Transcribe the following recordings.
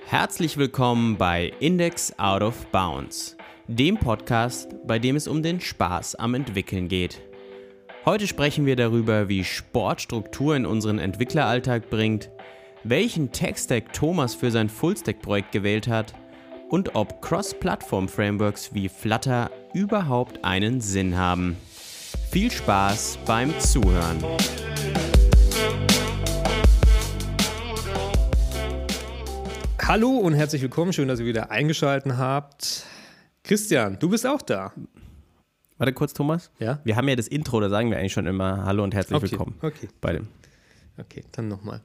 Herzlich willkommen bei Index Out of Bounds, dem Podcast, bei dem es um den Spaß am Entwickeln geht. Heute sprechen wir darüber, wie Sport Struktur in unseren Entwickleralltag bringt, welchen Tech-Stack Thomas für sein Fullstack-Projekt gewählt hat und ob Cross-Plattform-Frameworks wie Flutter überhaupt einen Sinn haben. Viel Spaß beim Zuhören! Hallo und herzlich willkommen, schön, dass ihr wieder eingeschaltet habt. Christian, du bist auch da. Warte kurz, Thomas. Ja? Wir haben ja das Intro, da sagen wir eigentlich schon immer Hallo und herzlich willkommen. Okay. Bei dem. Okay, dann nochmal.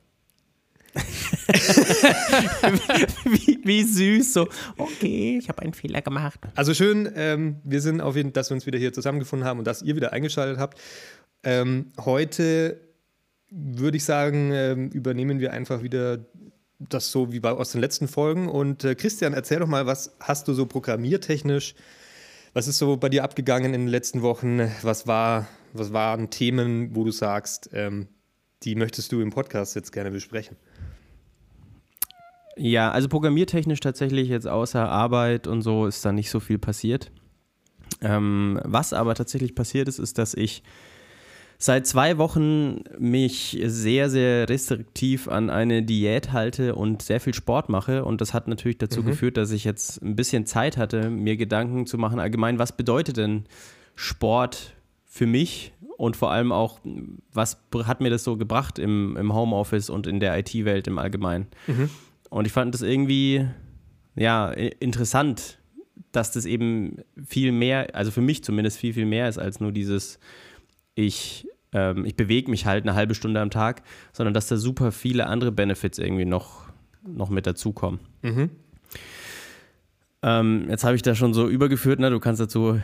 wie süß, so, okay, ich habe einen Fehler gemacht. Also schön, wir sind auf jeden Fall, dass wir uns wieder hier zusammengefunden haben und dass ihr wieder eingeschaltet habt. Heute würde ich sagen, übernehmen wir einfach wieder das so wie aus den letzten Folgen. Und Christian, erzähl doch mal, was hast du so programmiertechnisch, was ist so bei dir abgegangen in den letzten Wochen? Was waren Themen, wo du sagst, die möchtest du im Podcast jetzt gerne besprechen? Ja, also programmiertechnisch tatsächlich jetzt außer Arbeit und so ist da nicht so viel passiert. Was aber tatsächlich passiert ist, dass ich seit 2 Wochen mich sehr, sehr restriktiv an eine Diät halte und sehr viel Sport mache. Und das hat natürlich dazu geführt, dass ich jetzt ein bisschen Zeit hatte, mir Gedanken zu machen, allgemein, was bedeutet denn Sport für mich? Und vor allem auch, was hat mir das so gebracht im Homeoffice und in der IT-Welt im Allgemeinen? Und ich fand das irgendwie, ja, interessant, dass das eben viel mehr, also für mich zumindest viel, viel mehr ist als nur dieses ich bewege mich halt eine halbe Stunde am Tag, sondern dass da super viele andere Benefits irgendwie noch mit dazukommen. Jetzt habe ich da schon so übergeführt, ne? Du kannst dazu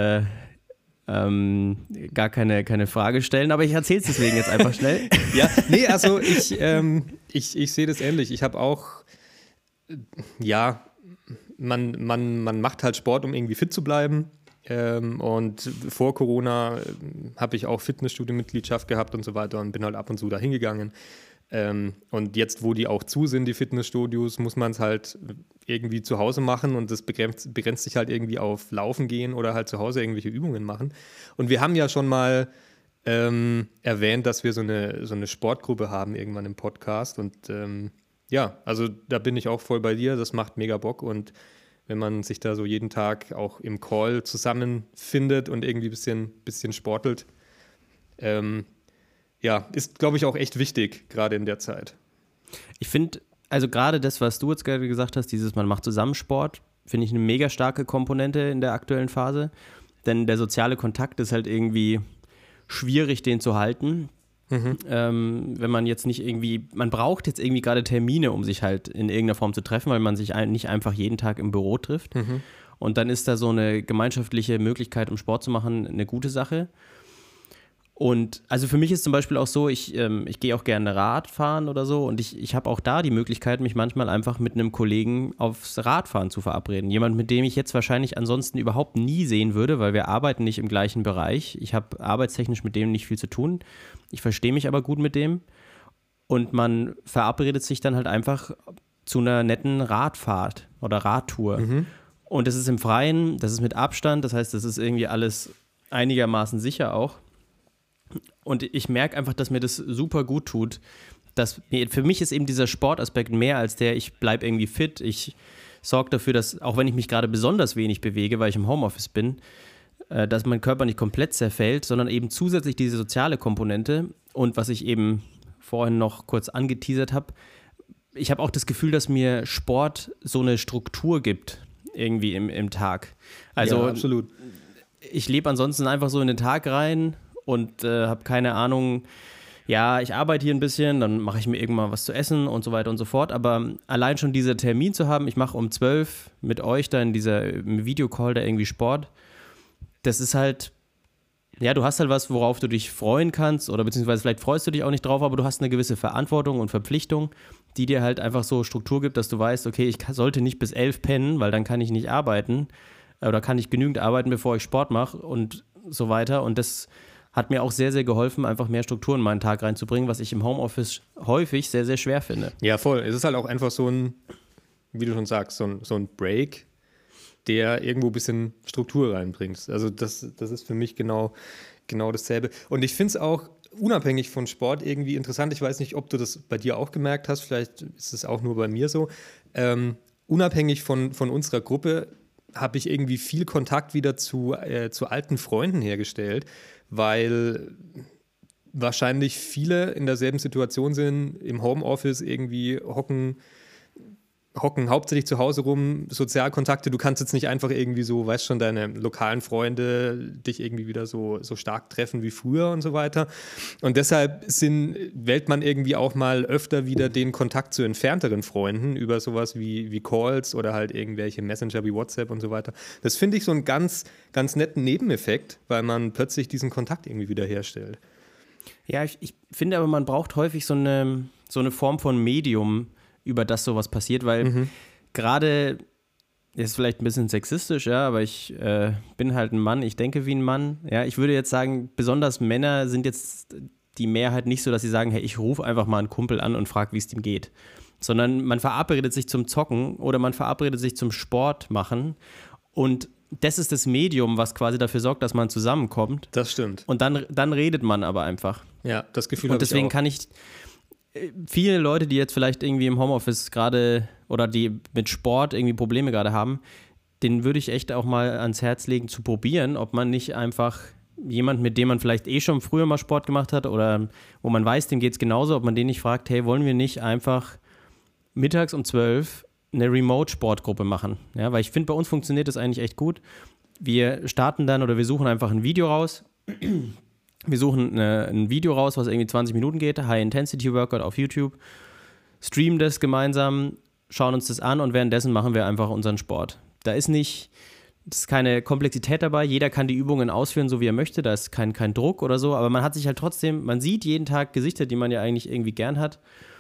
gar keine Frage stellen, aber ich erzähle es deswegen jetzt einfach schnell. Ja, nee, also ich sehe das ähnlich. Ich habe auch, ja, man macht halt Sport, um irgendwie fit zu bleiben. Und vor Corona habe ich auch Fitnessstudio-Mitgliedschaft gehabt und so weiter und bin halt ab und zu da hingegangen. Und jetzt, wo die auch zu sind, die Fitnessstudios, muss man es halt irgendwie zu Hause machen und das begrenzt sich halt irgendwie auf Laufen gehen oder halt zu Hause irgendwelche Übungen machen. Und wir haben ja schon mal erwähnt, dass wir so eine Sportgruppe haben irgendwann im Podcast und ja, also da bin ich auch voll bei dir, das macht mega Bock und wenn man sich da so jeden Tag auch im Call zusammenfindet und irgendwie ein bisschen sportelt. Ja, ist, glaube ich, auch echt wichtig, gerade in der Zeit. Ich finde, also gerade das, was du jetzt gerade gesagt hast, dieses man macht zusammen Sport, finde ich eine mega starke Komponente in der aktuellen Phase. Denn der soziale Kontakt ist halt irgendwie schwierig, den zu halten. Wenn man jetzt nicht irgendwie, man braucht jetzt irgendwie gerade Termine, um sich halt in irgendeiner Form zu treffen, weil man sich nicht einfach jeden Tag im Büro trifft. Und dann ist da so eine gemeinschaftliche Möglichkeit, um Sport zu machen, eine gute Sache. Und also für mich ist zum Beispiel auch so, ich gehe auch gerne Rad fahren oder so und ich habe auch da die Möglichkeit, mich manchmal einfach mit einem Kollegen aufs Radfahren zu verabreden. Jemand, mit dem ich jetzt wahrscheinlich ansonsten überhaupt nie sehen würde, weil wir arbeiten nicht im gleichen Bereich. Ich habe arbeitstechnisch mit dem nicht viel zu tun. Ich verstehe mich aber gut mit dem und man verabredet sich dann halt einfach zu einer netten Radfahrt oder Radtour. Und das ist im Freien, das ist mit Abstand, das heißt, das ist irgendwie alles einigermaßen sicher auch. Und ich merke einfach, dass mir das super gut tut. Für mich ist eben dieser Sportaspekt mehr als ich bleibe irgendwie fit. Ich sorge dafür, dass, auch wenn ich mich gerade besonders wenig bewege, weil ich im Homeoffice bin, dass mein Körper nicht komplett zerfällt, sondern eben zusätzlich diese soziale Komponente. Und was ich eben vorhin noch kurz angeteasert habe, ich habe auch das Gefühl, dass mir Sport so eine Struktur gibt, irgendwie im Tag. Also ja, absolut. Ich lebe ansonsten einfach so in den Tag rein und habe keine Ahnung, ja, ich arbeite hier ein bisschen, dann mache ich mir irgendwann was zu essen und so weiter und so fort, aber allein schon dieser Termin zu haben, ich mache um 12 mit euch da in im Videocall da irgendwie Sport, das ist halt, ja, du hast halt was, worauf du dich freuen kannst oder beziehungsweise vielleicht freust du dich auch nicht drauf, aber du hast eine gewisse Verantwortung und Verpflichtung, die dir halt einfach so Struktur gibt, dass du weißt, okay, ich sollte nicht bis 11 pennen, weil dann kann ich nicht arbeiten oder kann ich genügend arbeiten, bevor ich Sport mache und so weiter und das hat mir auch sehr, sehr geholfen, einfach mehr Struktur in meinen Tag reinzubringen, was ich im Homeoffice häufig sehr, sehr schwer finde. Ja, voll. Es ist halt auch einfach so ein wie du schon sagst, so ein Break, der irgendwo ein bisschen Struktur reinbringt. Also das ist für mich genau dasselbe. Und ich finde es auch unabhängig von Sport irgendwie interessant. Ich weiß nicht, ob du das bei dir auch gemerkt hast, vielleicht ist es auch nur bei mir so. Unabhängig von unserer Gruppe habe ich irgendwie viel Kontakt wieder zu alten Freunden hergestellt, weil wahrscheinlich viele in derselben Situation sind, im Homeoffice irgendwie hocken hauptsächlich zu Hause rum, Sozialkontakte, du kannst jetzt nicht einfach irgendwie so, weißt schon, deine lokalen Freunde dich irgendwie wieder so stark treffen wie früher und so weiter. Und deshalb wählt man irgendwie auch mal öfter wieder den Kontakt zu entfernteren Freunden über sowas wie Calls oder halt irgendwelche Messenger wie WhatsApp und so weiter. Das finde ich so einen ganz, ganz netten Nebeneffekt, weil man plötzlich diesen Kontakt irgendwie wieder herstellt. Ja, ich finde aber, man braucht häufig so eine Form von Medium, über das sowas passiert, weil gerade, ist vielleicht ein bisschen sexistisch, ja, aber ich bin halt ein Mann, ich denke wie ein Mann. Ja, ich würde jetzt sagen, besonders Männer sind jetzt die Mehrheit nicht so, dass sie sagen, hey, ich rufe einfach mal einen Kumpel an und frage, wie es ihm geht. Sondern man verabredet sich zum Zocken oder man verabredet sich zum Sport machen und das ist das Medium, was quasi dafür sorgt, dass man zusammenkommt. Das stimmt. Und dann redet man aber einfach. Ja, das Gefühl habe ich auch. Und deswegen kann ich viele Leute, die jetzt vielleicht irgendwie im Homeoffice gerade oder die mit Sport irgendwie Probleme gerade haben, denen würde ich echt auch mal ans Herz legen, zu probieren, ob man nicht einfach jemand, mit dem man vielleicht schon früher mal Sport gemacht hat oder wo man weiß, dem geht es genauso, ob man den nicht fragt, hey, wollen wir nicht einfach mittags um 12 eine Remote-Sportgruppe machen? Ja, weil ich finde, bei uns funktioniert das eigentlich echt gut. Wir starten dann oder wir suchen einfach ein Video raus. Wir suchen ein Video raus, was irgendwie 20 Minuten geht, High-Intensity-Workout auf YouTube, streamen das gemeinsam, schauen uns das an und währenddessen machen wir einfach unseren Sport. Da ist keine Komplexität dabei, jeder kann die Übungen ausführen, so wie er möchte, da ist kein Druck oder so, aber man hat sich halt trotzdem, man sieht jeden Tag Gesichter, die man ja eigentlich irgendwie gern hat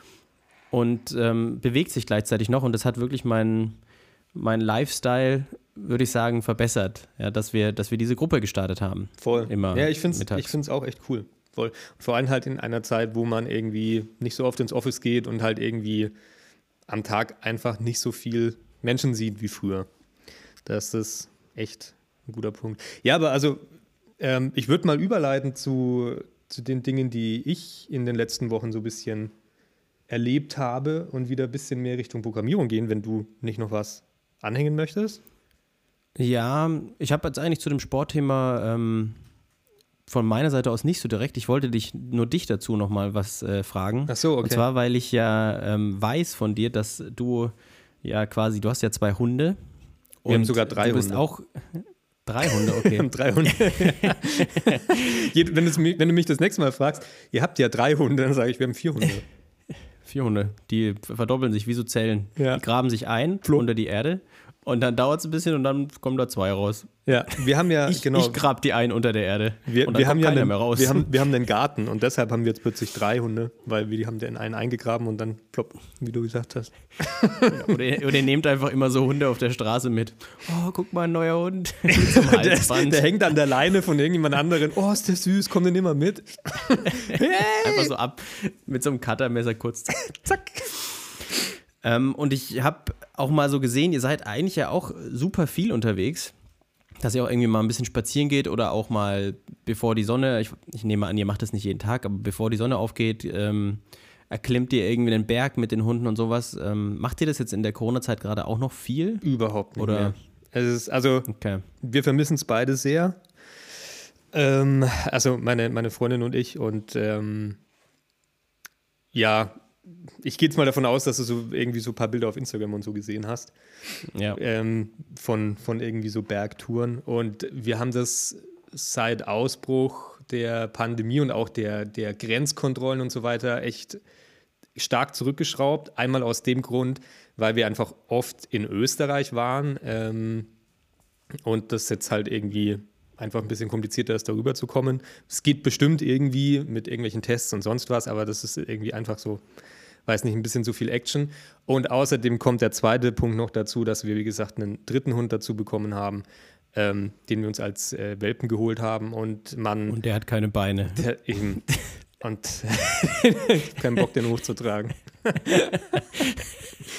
und bewegt sich gleichzeitig noch und das hat wirklich mein Lifestyle, würde ich sagen, verbessert, ja, dass wir diese Gruppe gestartet haben. Voll. Immer ja, ich finde mittags. es auch echt cool. Voll. Und vor allem halt in einer Zeit, wo man irgendwie nicht so oft ins Office geht und halt irgendwie am Tag einfach nicht so viel Menschen sieht wie früher. Das ist echt ein guter Punkt. Ja, aber also ich würde mal überleiten zu den Dingen, die ich in den letzten Wochen so ein bisschen erlebt habe und wieder ein bisschen mehr Richtung Programmierung gehen, wenn du nicht noch was anhängen möchtest. Ja, ich habe jetzt eigentlich zu dem Sportthema von meiner Seite aus nicht so direkt. Ich wollte dich dazu nochmal was fragen. Ach so, okay. Und zwar, weil ich ja weiß von dir, dass du ja quasi, du hast ja 2 Hunde. Wir haben sogar 3 Hunde. Du bist auch 3 Hunde, okay. Wir haben 3 Hunde. Wenn du mich das nächste Mal fragst, ihr habt ja 3 Hunde, dann sage ich, wir haben 4 Hunde. 4 Hunde, die verdoppeln sich wie so Zellen. Ja. Die graben sich ein unter die Erde und dann dauert es ein bisschen und dann kommen da 2 raus. Ja, wir haben ja, ich grab die ein unter der Erde und dann kommt keiner mehr raus. Wir haben einen Garten und deshalb haben wir jetzt plötzlich 3 Hunde, weil wir haben den einen eingegraben und dann plopp, wie du gesagt hast. Ja, oder ihr nehmt einfach immer so Hunde auf der Straße mit. Oh, guck mal, ein neuer Hund. Der hängt an der Leine von irgendjemand anderen. Oh, ist der süß, komm, den nimm mal mit. Hey. Einfach so ab mit so einem Cuttermesser kurz. Zack. Und ich habe auch mal so gesehen, ihr seid eigentlich ja auch super viel unterwegs, dass ihr auch irgendwie mal ein bisschen spazieren geht oder auch mal bevor die Sonne, ich nehme an, ihr macht das nicht jeden Tag, aber bevor die Sonne aufgeht, erklimmt ihr irgendwie den Berg mit den Hunden und sowas. Macht ihr das jetzt in der Corona-Zeit gerade auch noch viel? Überhaupt nicht oder? Mehr. Okay. Wir vermissen es beide sehr. Also meine Freundin und ich und ja, ich gehe jetzt mal davon aus, dass du so irgendwie so ein paar Bilder auf Instagram und so gesehen hast. Ja. Von irgendwie so Bergtouren. Und wir haben das seit Ausbruch der Pandemie und auch der Grenzkontrollen und so weiter echt stark zurückgeschraubt. Einmal aus dem Grund, weil wir einfach oft in Österreich waren und das jetzt halt irgendwie einfach ein bisschen komplizierter ist, darüber zu kommen. Es geht bestimmt irgendwie mit irgendwelchen Tests und sonst was, aber das ist irgendwie einfach so, weiß nicht, ein bisschen zu viel Action. Und außerdem kommt der zweite Punkt noch dazu, dass wir, wie gesagt, einen 3. Hund dazu bekommen haben, den wir uns als Welpen geholt haben. Und der hat keine Beine. Eben. Und ich habe keinen Bock, den hochzutragen.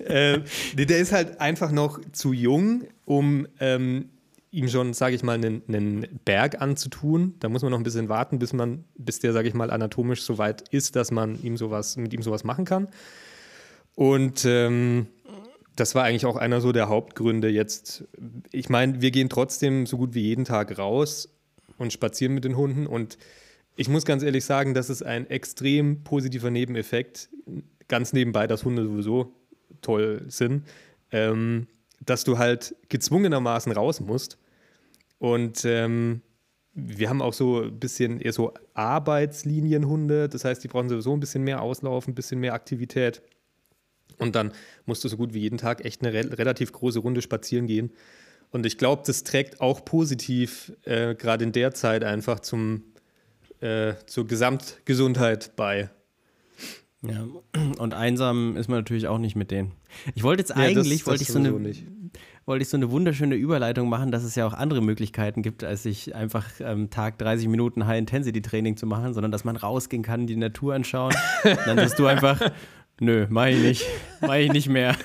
Der ist halt einfach noch zu jung, um ihm schon, sage ich mal, einen Berg anzutun. Da muss man noch ein bisschen warten, bis der, sage ich mal, anatomisch so weit ist, dass man mit ihm sowas machen kann. Und das war eigentlich auch einer so der Hauptgründe jetzt. Ich meine, wir gehen trotzdem so gut wie jeden Tag raus und spazieren mit den Hunden. Und ich muss ganz ehrlich sagen, das ist ein extrem positiver Nebeneffekt. Ganz nebenbei, dass Hunde sowieso toll sind, dass du halt gezwungenermaßen raus musst. Und wir haben auch so ein bisschen eher so Arbeitslinienhunde. Das heißt, die brauchen sowieso ein bisschen mehr Auslauf, ein bisschen mehr Aktivität. Und dann musst du so gut wie jeden Tag echt eine relativ große Runde spazieren gehen. Und ich glaube, das trägt auch positiv, gerade in der Zeit, einfach zur Gesamtgesundheit bei. Ja, und einsam ist man natürlich auch nicht mit denen. Ich wollte jetzt eigentlich, wollte ich so eine wunderschöne Überleitung machen, dass es ja auch andere Möglichkeiten gibt, als sich einfach Tag 30 Minuten High-Intensity-Training zu machen, sondern dass man rausgehen kann, die Natur anschauen. Und dann sagst du einfach, nö, mach ich nicht mehr.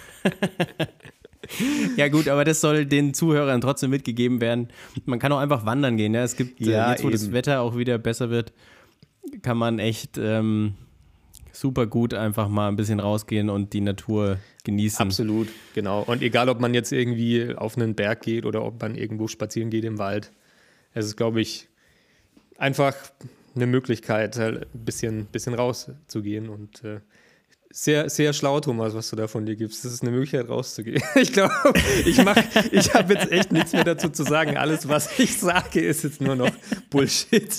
Ja gut, aber das soll den Zuhörern trotzdem mitgegeben werden. Man kann auch einfach wandern gehen. Ja? Es gibt, jetzt wo das Wetter auch wieder besser wird, kann man echt super gut einfach mal ein bisschen rausgehen und die Natur genießen. Absolut, genau. Und egal, ob man jetzt irgendwie auf einen Berg geht oder ob man irgendwo spazieren geht im Wald, es ist, glaube ich, einfach eine Möglichkeit, halt ein bisschen rauszugehen. Und sehr, sehr schlau, Thomas, was du da von dir gibst. Das ist eine Möglichkeit, rauszugehen. Ich glaube, ich habe jetzt echt nichts mehr dazu zu sagen. Alles, was ich sage, ist jetzt nur noch Bullshit.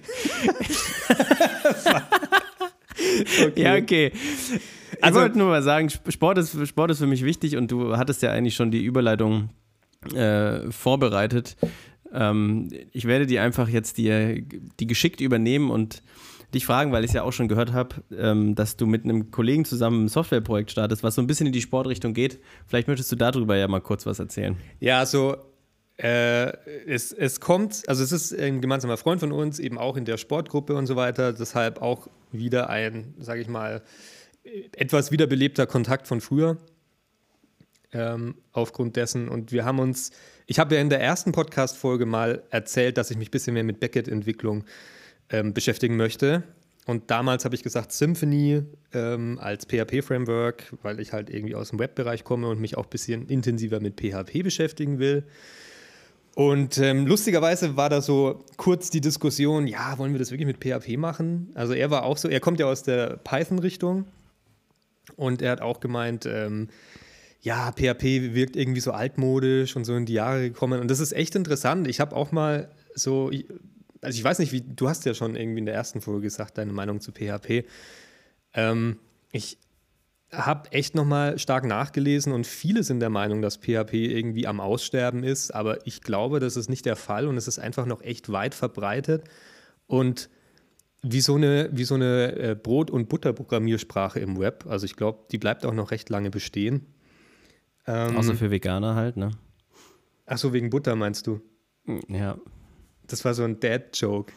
Okay. Ja, okay. Ich wollte nur mal sagen, Sport ist für mich wichtig und du hattest ja eigentlich schon die Überleitung vorbereitet. Ich werde die einfach jetzt die geschickt übernehmen und dich fragen, weil ich es ja auch schon gehört habe, dass du mit einem Kollegen zusammen ein Softwareprojekt startest, was so ein bisschen in die Sportrichtung geht. Vielleicht möchtest du darüber ja mal kurz was erzählen. Ja, also es ist ein gemeinsamer Freund von uns, eben auch in der Sportgruppe und so weiter, deshalb auch wieder ein, sage ich mal, etwas wiederbelebter Kontakt von früher, aufgrund dessen. Und ich habe ja in der ersten Podcast-Folge mal erzählt, dass ich mich ein bisschen mehr mit Backend-Entwicklung beschäftigen möchte. Und damals habe ich gesagt, Symfony als PHP-Framework, weil ich halt irgendwie aus dem Webbereich komme und mich auch ein bisschen intensiver mit PHP beschäftigen will. Und lustigerweise war da so kurz die Diskussion, ja, wollen wir das wirklich mit PHP machen? Also er war auch so, er kommt ja aus der Python-Richtung und er hat auch gemeint, ja, PHP wirkt irgendwie so altmodisch und so in die Jahre gekommen. Und das ist echt interessant. Ich habe auch mal so, also ich weiß nicht, du hast ja schon irgendwie in der ersten Folge gesagt, deine Meinung zu PHP. Ich habe echt nochmal stark nachgelesen und viele sind der Meinung, dass PHP irgendwie am Aussterben ist, aber ich glaube, das ist nicht der Fall und es ist einfach noch echt weit verbreitet und wie so eine Brot- und Butter-Programmiersprache im Web. Also ich glaube, die bleibt auch noch recht lange bestehen. Außer für Veganer halt, ne? Ach so, wegen Butter meinst du? Ja. Das war so ein Dad-Joke.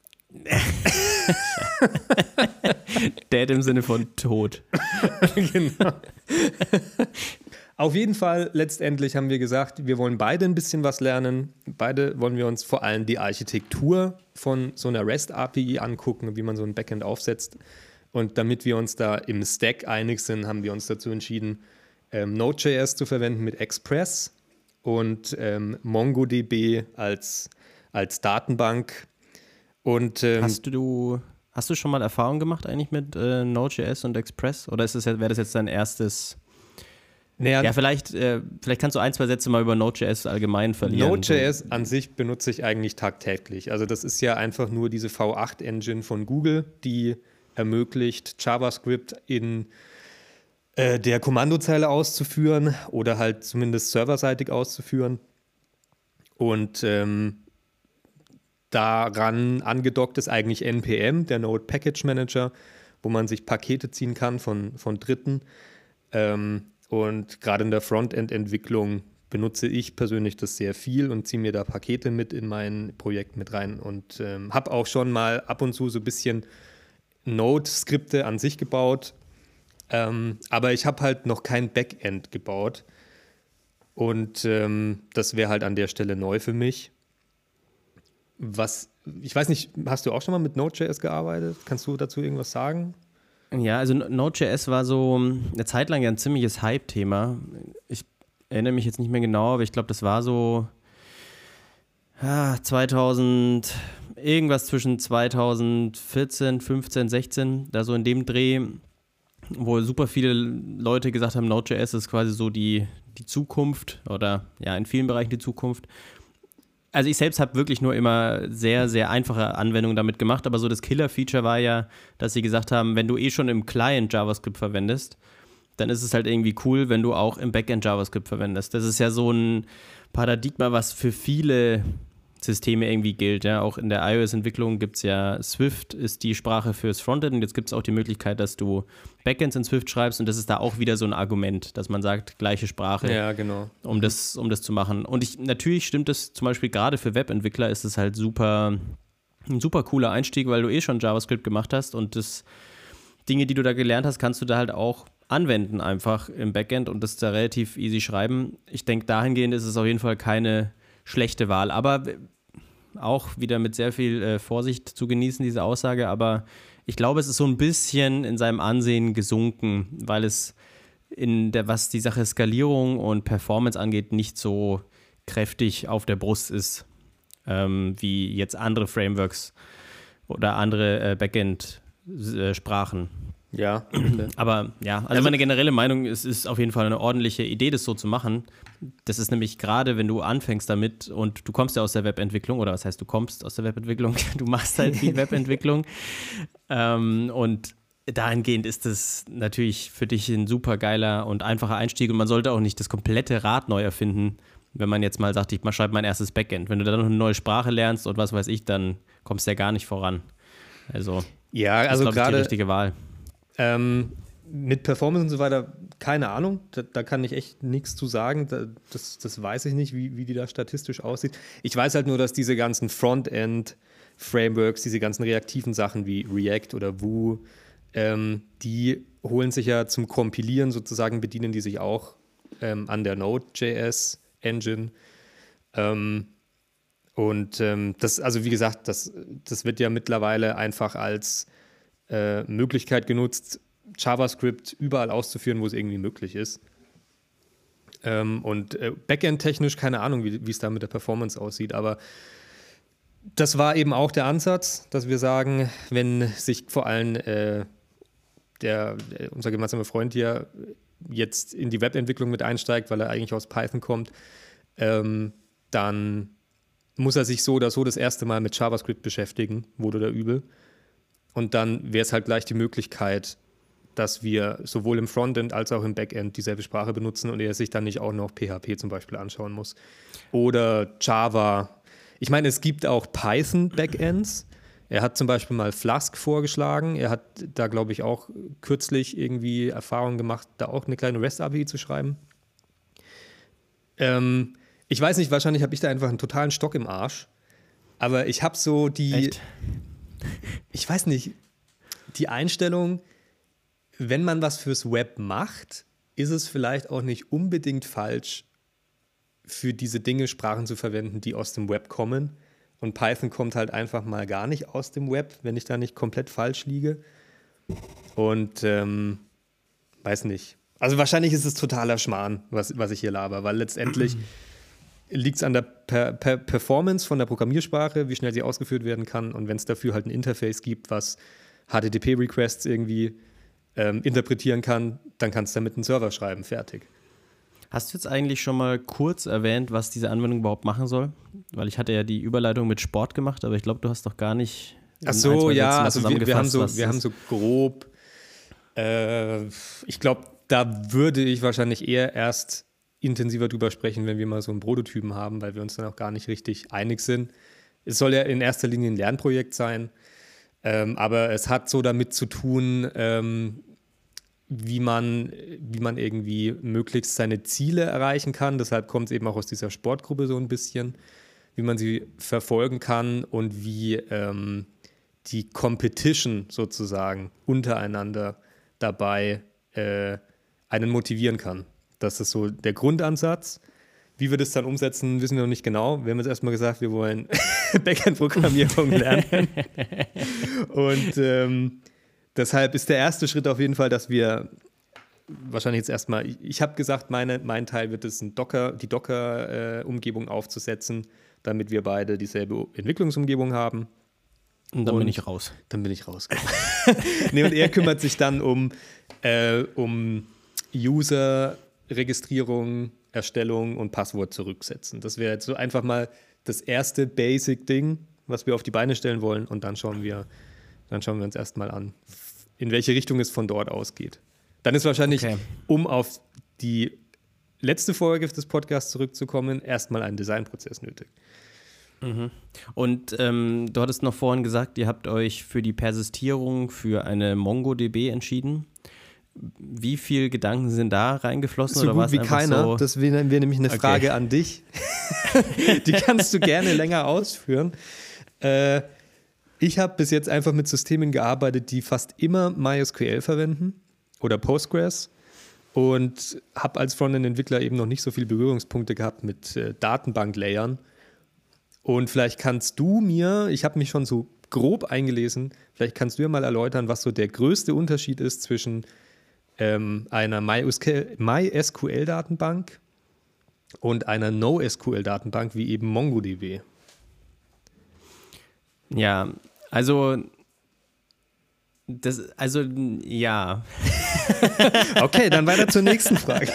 Dad im Sinne von tot. Genau. Auf jeden Fall, letztendlich haben wir gesagt, wir wollen beide ein bisschen was lernen. Beide wollen wir uns vor allem die Architektur von so einer REST-API angucken, wie man so ein Backend aufsetzt. Und damit wir uns da im Stack einig sind, haben wir uns dazu entschieden, Node.js zu verwenden mit Express und MongoDB als Datenbank. Und Hast du schon mal Erfahrung gemacht eigentlich mit Node.js und Express? Oder wäre das jetzt dein erstes? Naja, ja, vielleicht kannst du ein, zwei Sätze mal über Node.js allgemein verlieren. Node.js an sich benutze ich eigentlich tagtäglich. Also das ist ja einfach nur diese V8-Engine von Google, die ermöglicht, JavaScript in der Kommandozeile auszuführen oder halt zumindest serverseitig auszuführen. Und daran angedockt ist eigentlich NPM, der Node Package Manager, wo man sich Pakete ziehen kann von Dritten. Und gerade in der Frontend-Entwicklung benutze ich persönlich das sehr viel und ziehe mir da Pakete mit in mein Projekt mit rein und habe auch schon mal ab und zu so ein bisschen Node-Skripte an sich gebaut. Aber ich habe halt noch kein Backend gebaut. Und das wäre halt an der Stelle neu für mich. Ich weiß nicht, hast du auch schon mal mit Node.js gearbeitet? Kannst du dazu irgendwas sagen? Ja, also Node.js war so eine Zeit lang ja ein ziemliches Hype-Thema. Ich erinnere mich jetzt nicht mehr genau, aber ich glaube, das war so 2000, irgendwas zwischen 2014, 15, 16, da so in dem Dreh, wo super viele Leute gesagt haben, Node.js ist quasi so die Zukunft oder ja, in vielen Bereichen die Zukunft. Also ich selbst habe wirklich nur immer sehr, sehr einfache Anwendungen damit gemacht, aber so das Killer-Feature war ja, dass sie gesagt haben, wenn du schon im Client JavaScript verwendest, dann ist es halt irgendwie cool, wenn du auch im Backend JavaScript verwendest. Das ist ja so ein Paradigma, was für viele Systeme irgendwie gilt. Ja? Auch in der iOS-Entwicklung gibt es ja Swift, ist die Sprache fürs Frontend, und jetzt gibt es auch die Möglichkeit, dass du Backends in Swift schreibst, und das ist da auch wieder so ein Argument, dass man sagt, gleiche Sprache, ja, genau. um das zu machen. Und natürlich stimmt es, zum Beispiel gerade für Webentwickler ist es halt ein super cooler Einstieg, weil du schon JavaScript gemacht hast, und Dinge, die du da gelernt hast, kannst du da halt auch anwenden einfach im Backend und das da relativ easy schreiben. Ich denke, dahingehend ist es auf jeden Fall keine schlechte Wahl, aber auch wieder mit sehr viel Vorsicht zu genießen, diese Aussage, aber ich glaube, es ist so ein bisschen in seinem Ansehen gesunken, weil es was die Sache Skalierung und Performance angeht, nicht so kräftig auf der Brust ist, wie jetzt andere Frameworks oder andere Backend-Sprachen. Ja. Okay. Aber ja, also meine generelle Meinung ist, ist auf jeden Fall eine ordentliche Idee, das so zu machen. Das ist nämlich gerade, wenn du anfängst damit und du kommst ja aus der Webentwicklung, oder was heißt, du kommst aus der Webentwicklung, du machst halt viel Webentwicklung, und dahingehend ist das natürlich für dich ein super geiler und einfacher Einstieg, und man sollte auch nicht das komplette Rad neu erfinden, wenn man jetzt mal sagt, ich schreibe mein erstes Backend. Wenn du dann noch eine neue Sprache lernst und was weiß ich, dann kommst du ja gar nicht voran. Also, ja, das also ist, glaube ich, die gerade richtige Wahl. Mit Performance und so weiter, keine Ahnung. Da kann ich echt nichts zu sagen. Das weiß ich nicht, wie die da statistisch aussieht. Ich weiß halt nur, dass diese ganzen Frontend-Frameworks, diese ganzen reaktiven Sachen wie React oder Vue, die holen sich ja zum Kompilieren sozusagen, bedienen die sich auch an der Node.js-Engine. Das, also wie gesagt, das wird ja mittlerweile einfach als Möglichkeit genutzt, JavaScript überall auszuführen, wo es irgendwie möglich ist. Backend-technisch keine Ahnung, wie es da mit der Performance aussieht, aber das war eben auch der Ansatz, dass wir sagen, wenn sich vor allem unser gemeinsamer Freund hier jetzt in die Webentwicklung mit einsteigt, weil er eigentlich aus Python kommt, dann muss er sich so oder so das erste Mal mit JavaScript beschäftigen, wohl oder übel. Und dann wäre es halt gleich die Möglichkeit, dass wir sowohl im Frontend als auch im Backend dieselbe Sprache benutzen und er sich dann nicht auch noch PHP zum Beispiel anschauen muss. Oder Java. Ich meine, es gibt auch Python-Backends. Er hat zum Beispiel mal Flask vorgeschlagen. Er hat da, glaube ich, auch kürzlich irgendwie Erfahrung gemacht, da auch eine kleine REST-API zu schreiben. Ich weiß nicht, wahrscheinlich habe ich da einfach einen totalen Stock im Arsch. Aber ich habe so Echt? Ich weiß nicht, die Einstellung, wenn man was fürs Web macht, ist es vielleicht auch nicht unbedingt falsch, für diese Dinge Sprachen zu verwenden, die aus dem Web kommen. Und Python kommt halt einfach mal gar nicht aus dem Web, wenn ich da nicht komplett falsch liege. Und weiß nicht. Also wahrscheinlich ist es totaler Schmarrn, was ich hier laber, weil letztendlich liegt es an der Performance von der Programmiersprache, wie schnell sie ausgeführt werden kann. Und wenn es dafür halt ein Interface gibt, was HTTP-Requests irgendwie interpretieren kann, dann kannst du damit einen Server schreiben, fertig. Hast du jetzt eigentlich schon mal kurz erwähnt, was diese Anwendung überhaupt machen soll? Weil ich hatte ja die Überleitung mit Sport gemacht, aber ich glaube, du hast doch gar nicht. Ach so, ja, also wir haben so grob, ich glaube, da würde ich wahrscheinlich eher erst intensiver drüber sprechen, wenn wir mal so einen Prototypen haben, weil wir uns dann auch gar nicht richtig einig sind. Es soll ja in erster Linie ein Lernprojekt sein, aber es hat so damit zu tun, wie man irgendwie möglichst seine Ziele erreichen kann. Deshalb kommt es eben auch aus dieser Sportgruppe so ein bisschen, wie man sie verfolgen kann und wie die Competition sozusagen untereinander dabei einen motivieren kann. Das ist so der Grundansatz. Wie wir das dann umsetzen, wissen wir noch nicht genau. Wir haben jetzt erstmal gesagt, wir wollen Backend-Programmierung lernen. Und deshalb ist der erste Schritt auf jeden Fall, dass wir wahrscheinlich jetzt erstmal, ich habe gesagt, mein Teil wird es, die Docker-Umgebung aufzusetzen, damit wir beide dieselbe Entwicklungsumgebung haben. Und dann bin ich raus. Dann bin ich raus. Nee, und er kümmert sich dann um User-Registrierung, Erstellung und Passwort zurücksetzen. Das wäre jetzt so einfach mal das erste Basic-Ding, was wir auf die Beine stellen wollen. Und dann schauen wir uns erstmal an, in welche Richtung es von dort ausgeht. Dann ist wahrscheinlich, um auf die letzte Folge des Podcasts zurückzukommen, erstmal ein Designprozess nötig. Mhm. Und du hattest noch vorhin gesagt, ihr habt euch für die Persistierung für eine MongoDB entschieden. Wie viel Gedanken sind da reingeflossen? So oder gut wie keiner. So? Das wäre nämlich eine Frage an dich. Die kannst du gerne länger ausführen. Ich habe bis jetzt einfach mit Systemen gearbeitet, die fast immer MySQL verwenden oder Postgres und habe als Frontend-Entwickler eben noch nicht so viele Berührungspunkte gehabt mit Datenbank-Layern. Und vielleicht kannst du mir, ich habe mich schon so grob eingelesen, vielleicht kannst du mir mal erläutern, was so der größte Unterschied ist zwischen einer MySQL-Datenbank und einer NoSQL-Datenbank wie eben MongoDB. Ja, ja. Okay, dann weiter zur nächsten Frage.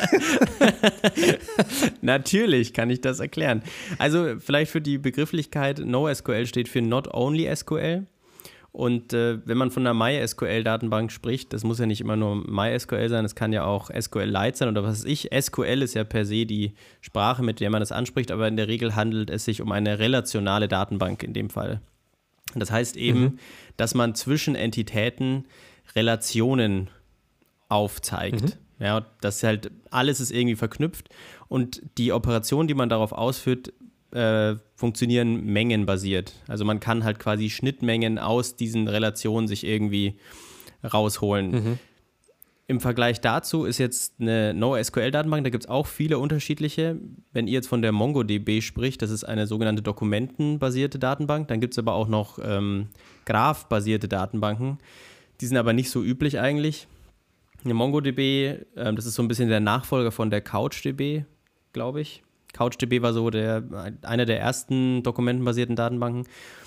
Natürlich kann ich das erklären. Also vielleicht für die Begrifflichkeit, NoSQL steht für Not Only SQL. Und wenn man von einer MySQL-Datenbank spricht, das muss ja nicht immer nur MySQL sein, es kann ja auch SQLite sein oder was weiß ich. SQL ist ja per se die Sprache, mit der man das anspricht, aber in der Regel handelt es sich um eine relationale Datenbank in dem Fall. Das heißt eben, dass man zwischen Entitäten Relationen aufzeigt. Ja, das halt alles ist irgendwie verknüpft und die Operationen, die man darauf ausführt, funktionieren mengenbasiert. Also man kann halt quasi Schnittmengen aus diesen Relationen sich irgendwie rausholen. Im Vergleich dazu ist jetzt eine NoSQL-Datenbank, da gibt es auch viele unterschiedliche. Wenn ihr jetzt von der MongoDB spricht, das ist eine sogenannte dokumentenbasierte Datenbank. Dann gibt es aber auch noch Graph-basierte Datenbanken. Die sind aber nicht so üblich eigentlich. Eine MongoDB, das ist so ein bisschen der Nachfolger von der CouchDB, glaube ich. CouchDB war so einer der ersten dokumentenbasierten Datenbanken.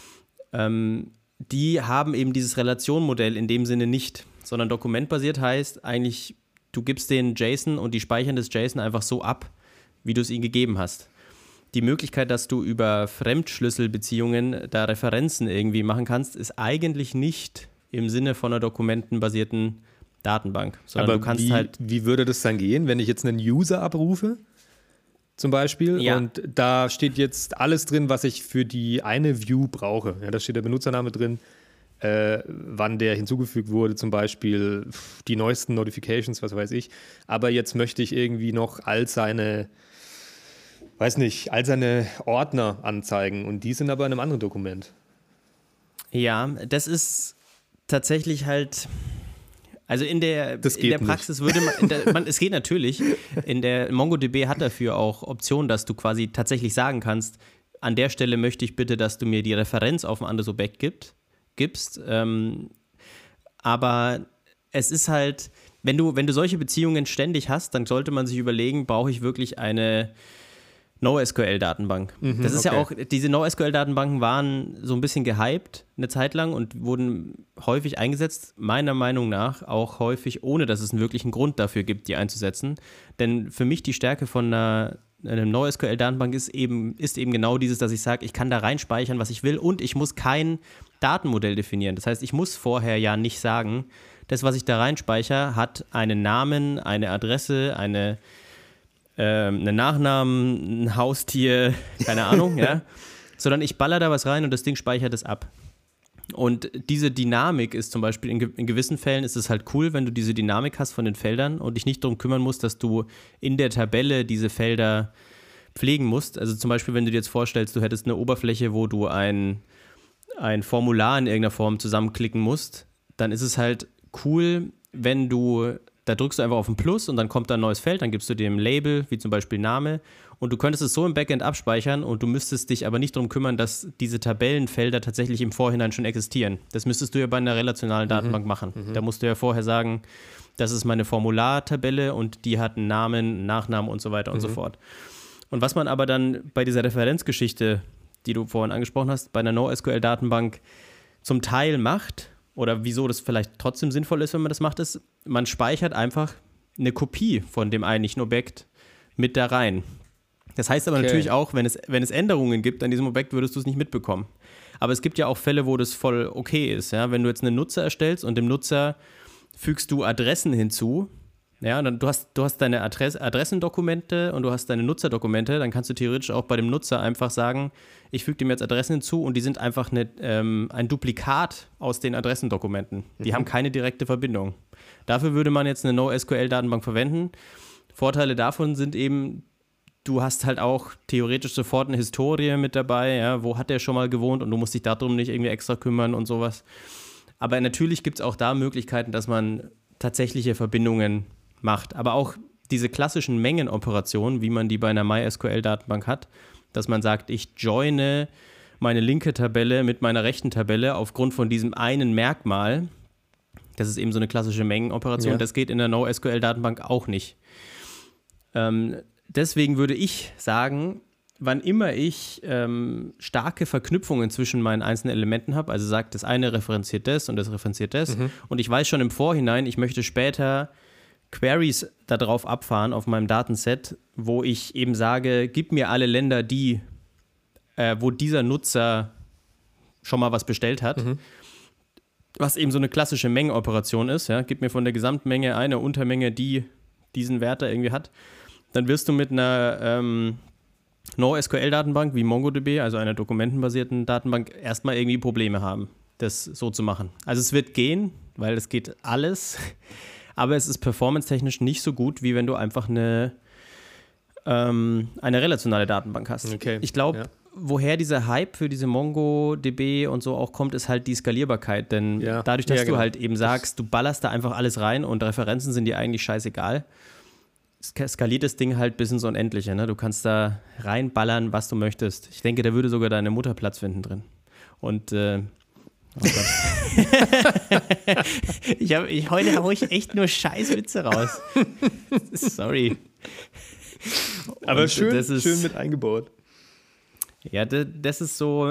Die haben eben dieses Relationenmodell in dem Sinne nicht, sondern dokumentbasiert heißt eigentlich, du gibst den JSON und die speichern das JSON einfach so ab, wie du es ihnen gegeben hast. Die Möglichkeit, dass du über Fremdschlüsselbeziehungen da Referenzen irgendwie machen kannst, ist eigentlich nicht im Sinne von einer dokumentenbasierten Datenbank. Sondern aber du kannst wie würde das dann gehen, wenn ich jetzt einen User abrufe? Zum Beispiel, ja. Und da steht jetzt alles drin, was ich für die eine View brauche. Ja, da steht der Benutzername drin, wann der hinzugefügt wurde, zum Beispiel die neuesten Notifications, was weiß ich. Aber jetzt möchte ich irgendwie noch all seine Ordner anzeigen und die sind aber in einem anderen Dokument. Ja, das ist tatsächlich halt... Also in der Praxis würde man, es geht natürlich, in der MongoDB hat dafür auch Optionen, dass du quasi tatsächlich sagen kannst, an der Stelle möchte ich bitte, dass du mir die Referenz auf ein anderes Objekt gibst. Aber es ist halt, wenn du solche Beziehungen ständig hast, dann sollte man sich überlegen, brauche ich wirklich eine NoSQL-Datenbank. Das ist ja auch, diese NoSQL-Datenbanken waren so ein bisschen gehypt eine Zeit lang und wurden häufig eingesetzt, meiner Meinung nach auch häufig, ohne dass es einen wirklichen Grund dafür gibt, die einzusetzen. Denn für mich die Stärke von einer NoSQL-Datenbank ist eben genau dieses, dass ich sage, ich kann da reinspeichern, was ich will und ich muss kein Datenmodell definieren. Das heißt, ich muss vorher ja nicht sagen, das, was ich da reinspeichere, hat einen Namen, eine Adresse, einen Nachnamen, ein Haustier, keine Ahnung, ja, sondern ich baller da was rein und das Ding speichert es ab. Und diese Dynamik ist zum Beispiel, in gewissen Fällen ist es halt cool, wenn du diese Dynamik hast von den Feldern und dich nicht darum kümmern musst, dass du in der Tabelle diese Felder pflegen musst. Also zum Beispiel, wenn du dir jetzt vorstellst, du hättest eine Oberfläche, wo du ein Formular in irgendeiner Form zusammenklicken musst, dann ist es halt cool, wenn du da drückst du einfach auf ein Plus und dann kommt da ein neues Feld, dann gibst du dem Label, wie zum Beispiel Name, und du könntest es so im Backend abspeichern und du müsstest dich aber nicht darum kümmern, dass diese Tabellenfelder tatsächlich im Vorhinein schon existieren. Das müsstest du ja bei einer relationalen Datenbank machen. Da musst du ja vorher sagen, das ist meine Formulartabelle und die hat einen Namen, einen Nachnamen und so weiter und so fort. Und was man aber dann bei dieser Referenzgeschichte, die du vorhin angesprochen hast, bei einer NoSQL-Datenbank zum Teil macht, oder wieso das vielleicht trotzdem sinnvoll ist, wenn man das macht, ist, man speichert einfach eine Kopie von dem eigentlichen Objekt mit da rein. Das heißt aber natürlich auch, wenn es Änderungen gibt an diesem Objekt, würdest du es nicht mitbekommen. Aber es gibt ja auch Fälle, wo das voll okay ist. Ja? Wenn du jetzt einen Nutzer erstellst und dem Nutzer fügst du Adressen hinzu, ja, dann du hast deine Adressendokumente und du hast deine Nutzerdokumente, dann kannst du theoretisch auch bei dem Nutzer einfach sagen, ich füge dem jetzt Adressen hinzu und die sind einfach ein Duplikat aus den Adressendokumenten. Die haben keine direkte Verbindung. Dafür würde man jetzt eine NoSQL-Datenbank verwenden. Vorteile davon sind eben, du hast halt auch theoretisch sofort eine Historie mit dabei, ja, wo hat der schon mal gewohnt und du musst dich darum nicht irgendwie extra kümmern und sowas. Aber natürlich gibt es auch da Möglichkeiten, dass man tatsächliche Verbindungen macht. Aber auch diese klassischen Mengenoperationen, wie man die bei einer MySQL-Datenbank hat, dass man sagt, ich joine meine linke Tabelle mit meiner rechten Tabelle aufgrund von diesem einen Merkmal. Das ist eben so eine klassische Mengenoperation. Ja. Das geht in der NoSQL-Datenbank auch nicht. Deswegen würde ich sagen, wann immer ich starke Verknüpfungen zwischen meinen einzelnen Elementen habe, also sagt, das eine referenziert das und das referenziert das, und ich weiß schon im Vorhinein, ich möchte später Queries darauf abfahren auf meinem Datenset, wo ich eben sage, gib mir alle Länder, wo dieser Nutzer schon mal was bestellt hat, was eben so eine klassische Mengenoperation ist, ja, gib mir von der Gesamtmenge eine Untermenge, die diesen Wert da irgendwie hat, dann wirst du mit einer NoSQL-Datenbank wie MongoDB, also einer dokumentenbasierten Datenbank, erstmal irgendwie Probleme haben, das so zu machen. Also es wird gehen, weil es geht alles, aber es ist performance-technisch nicht so gut, wie wenn du einfach eine relationale Datenbank hast. Okay. Ich glaube, woher dieser Hype für diese MongoDB und so auch kommt, ist halt die Skalierbarkeit, denn dadurch, dass du halt eben sagst, du ballerst da einfach alles rein und Referenzen sind dir eigentlich scheißegal, skaliert das Ding halt bis ins Unendliche. Ne? Du kannst da reinballern, was du möchtest. Ich denke, da würde sogar deine Mutter Platz finden drin. Und oh Gott. Heute haue ich echt nur Scheißwitze raus. Sorry. Aber schön mit eingebaut. Ja, das ist so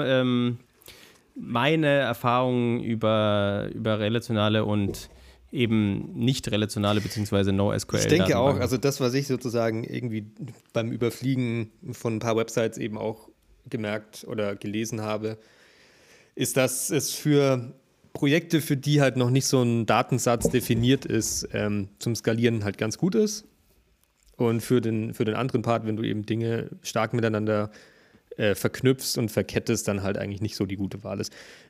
meine Erfahrung über relationale und eben nicht relationale bzw. NoSQL. Ich denke auch, also das, was ich sozusagen irgendwie beim Überfliegen von ein paar Websites eben auch gemerkt oder gelesen habe, ist, dass es für Projekte, für die halt noch nicht so ein Datensatz definiert ist, zum Skalieren halt ganz gut ist. Und für den anderen Part, wenn du eben Dinge stark miteinander verknüpfst und verkettest, dann halt eigentlich nicht so die gute Wahl ist.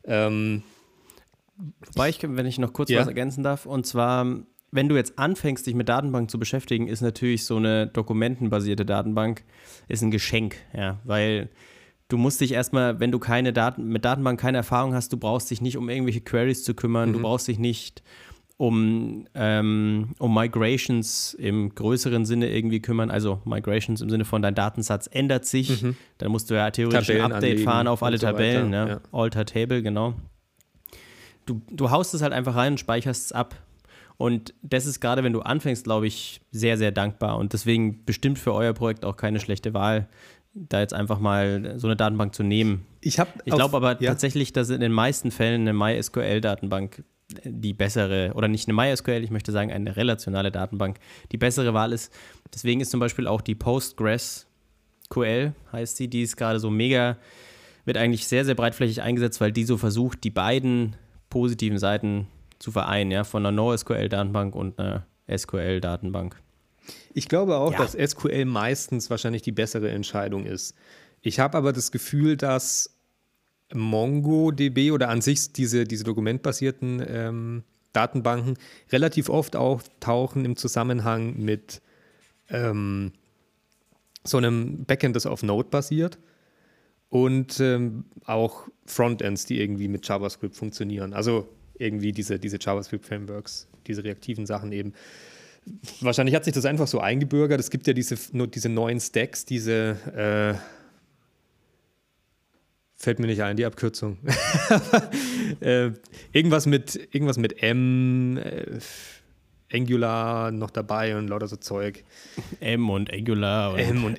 Wobei wenn ich noch kurz was ergänzen darf, und zwar, wenn du jetzt anfängst, dich mit Datenbank zu beschäftigen, ist natürlich so eine dokumentenbasierte Datenbank ist ein Geschenk, ja, weil du musst dich erstmal, wenn du mit Datenbank keine Erfahrung hast, du brauchst dich nicht um irgendwelche Queries zu kümmern, du brauchst dich nicht um Migrations im größeren Sinne irgendwie kümmern, also Migrations im Sinne von dein Datensatz ändert sich, dann musst du ja theoretisch Tabellen ein Update fahren auf alle so Tabellen, weiter, ne? Alter Table, genau. Du haust es halt einfach rein und speicherst es ab. Und das ist gerade, wenn du anfängst, glaube ich, sehr, sehr dankbar. Und deswegen bestimmt für euer Projekt auch keine schlechte Wahl, da jetzt einfach mal so eine Datenbank zu nehmen. Ich glaube aber tatsächlich, dass in den meisten Fällen eine MySQL-Datenbank die bessere, oder nicht eine MySQL, ich möchte sagen eine relationale Datenbank, die bessere Wahl ist. Deswegen ist zum Beispiel auch die PostgreSQL, heißt sie, die ist gerade so mega, wird eigentlich sehr, sehr breitflächig eingesetzt, weil die so versucht, die beiden positiven Seiten zu vereinen, ja, von einer NoSQL-Datenbank und einer SQL-Datenbank. Ich glaube auch, dass SQL meistens wahrscheinlich die bessere Entscheidung ist. Ich habe aber das Gefühl, dass MongoDB oder an sich diese dokumentbasierten Datenbanken relativ oft auftauchen im Zusammenhang mit so einem Backend, das auf Node basiert und auch Frontends, die irgendwie mit JavaScript funktionieren. Also irgendwie diese JavaScript-Frameworks, diese reaktiven Sachen eben. Wahrscheinlich hat sich das einfach so eingebürgert. Es gibt ja diese neuen Stacks, fällt mir nicht ein, die Abkürzung. Irgendwas mit M, Angular noch dabei und lauter so Zeug. M und Angular. Und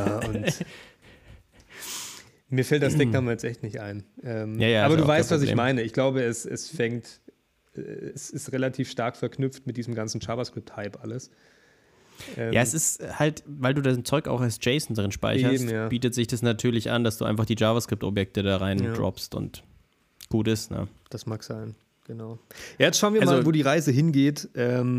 mir fällt das Stack damals echt nicht ein. Aber du weißt, was ich meine. Ich glaube, es ist relativ stark verknüpft mit diesem ganzen JavaScript-Hype alles. Ja, es ist halt, weil du das Zeug auch als JSON drin speicherst, bietet sich das natürlich an, dass du einfach die JavaScript-Objekte da rein droppst und gut ist. Ne? Das mag sein, genau. Ja, jetzt schauen wir mal, wo die Reise hingeht.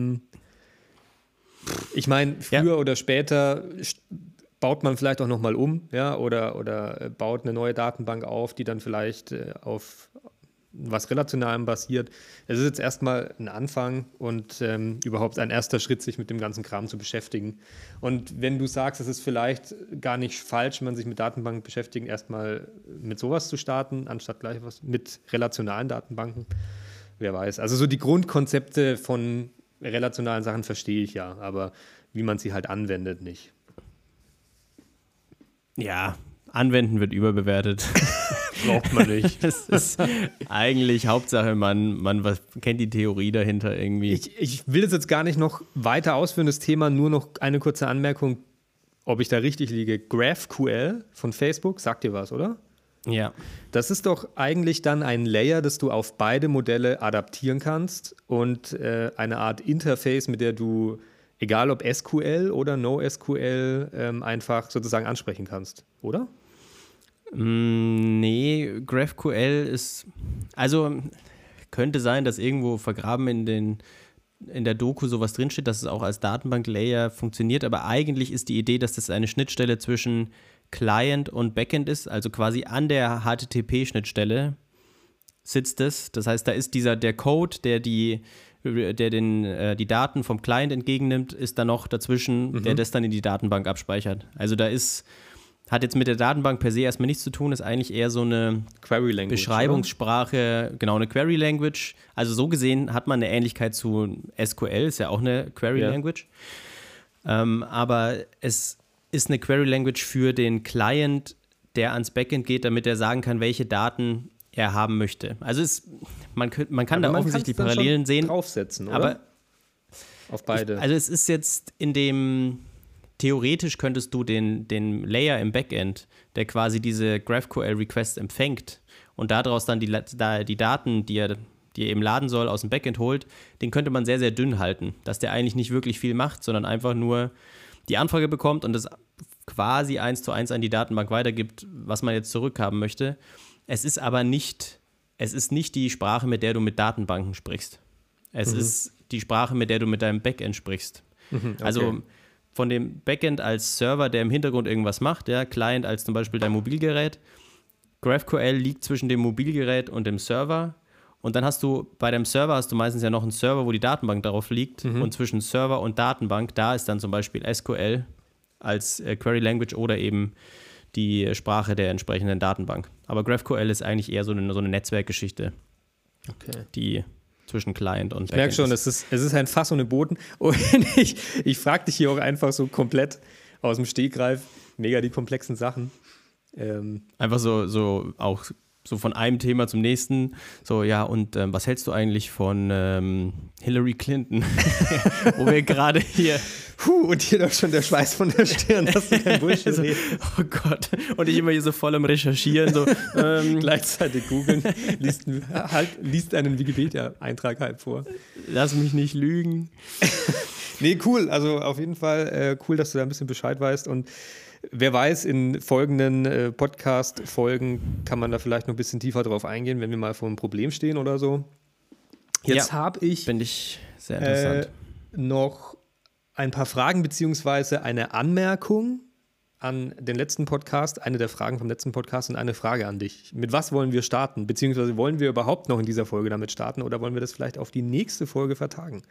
Ich meine, früher oder später baut man vielleicht auch nochmal um, ja, oder baut eine neue Datenbank auf, die dann vielleicht auf was Relationalem basiert. Es ist jetzt erstmal ein Anfang und überhaupt ein erster Schritt, sich mit dem ganzen Kram zu beschäftigen. Und wenn du sagst, es ist vielleicht gar nicht falsch, wenn man sich mit Datenbanken beschäftigt, erstmal mit sowas zu starten, anstatt gleich was mit relationalen Datenbanken, wer weiß. Also so die Grundkonzepte von relationalen Sachen verstehe ich ja, aber wie man sie halt anwendet, nicht. Ja, anwenden wird überbewertet. Braucht man nicht. Das ist eigentlich Hauptsache, man kennt die Theorie dahinter irgendwie. Ich will das jetzt gar nicht noch weiter ausführen, das Thema, nur noch eine kurze Anmerkung, ob ich da richtig liege. GraphQL von Facebook, sagt dir was, oder? Ja. Das ist doch eigentlich dann ein Layer, das du auf beide Modelle adaptieren kannst und eine Art Interface, mit der du, egal ob SQL oder NoSQL, einfach sozusagen ansprechen kannst, oder? Nee, GraphQL ist, also könnte sein, dass irgendwo vergraben in der Doku sowas drinsteht, dass es auch als Datenbank-Layer funktioniert, aber eigentlich ist die Idee, dass das eine Schnittstelle zwischen Client und Backend ist, also quasi an der HTTP-Schnittstelle sitzt es. Das heißt, da ist der Code, der die Daten vom Client entgegennimmt, ist da noch dazwischen, der das dann in die Datenbank abspeichert. Also hat jetzt mit der Datenbank per se erstmal nichts zu tun, ist eigentlich eher so eine Beschreibungssprache, oder? Genau, eine Query Language. Also so gesehen hat man eine Ähnlichkeit zu SQL, ist ja auch eine Query Language. Aber es ist eine Query Language für den Client, der ans Backend geht, damit er sagen kann, welche Daten er haben möchte. Also man kann da offensichtlich Parallelen sehen. Draufsetzen, oder? Aber auf beide. Also es ist jetzt theoretisch könntest du den Layer im Backend, der quasi diese GraphQL-Requests empfängt und daraus dann die Daten, die er eben laden soll, aus dem Backend holt, den könnte man sehr, sehr dünn halten, dass der eigentlich nicht wirklich viel macht, sondern einfach nur die Anfrage bekommt und das quasi 1:1 an die Datenbank weitergibt, was man jetzt zurückhaben möchte. Es ist aber nicht die Sprache, mit der du mit Datenbanken sprichst. Es ist die Sprache, mit der du mit deinem Backend sprichst. Okay. Also von dem Backend als Server, der im Hintergrund irgendwas macht, ja, Client als zum Beispiel dein Mobilgerät. GraphQL liegt zwischen dem Mobilgerät und dem Server. Und dann bei deinem Server hast du meistens ja noch einen Server, wo die Datenbank darauf liegt. Und zwischen Server und Datenbank, da ist dann zum Beispiel SQL als Query Language oder eben die Sprache der entsprechenden Datenbank. Aber GraphQL ist eigentlich eher so eine Netzwerkgeschichte, die zwischen Client und Backend. Ich merke schon, es ist ein Fass ohne Boden. Und ich frage dich hier auch einfach so komplett aus dem Stegreif, mega die komplexen Sachen. Einfach so auch so von einem Thema zum nächsten. So, ja, und was hältst du eigentlich von Hillary Clinton? Wo wir gerade hier... und hier doch schon der Schweiß von der Stirn, dass du kein Bullshit so, oh Gott. Und ich immer hier so voll am Recherchieren. So, gleichzeitig googeln, liest einen Wikipedia-Eintrag halb vor. Lass mich nicht lügen. Nee, cool. Also auf jeden Fall cool, dass du da ein bisschen Bescheid weißt. Und wer weiß, in folgenden Podcast-Folgen kann man da vielleicht noch ein bisschen tiefer drauf eingehen, wenn wir mal vor einem Problem stehen oder so. Jetzt habe ich, finde ich sehr interessant, noch ein paar Fragen beziehungsweise eine Anmerkung an den letzten Podcast, eine der Fragen vom letzten Podcast und eine Frage an dich. Mit was wollen wir starten? Beziehungsweise wollen wir überhaupt noch in dieser Folge damit starten oder wollen wir das vielleicht auf die nächste Folge vertagen?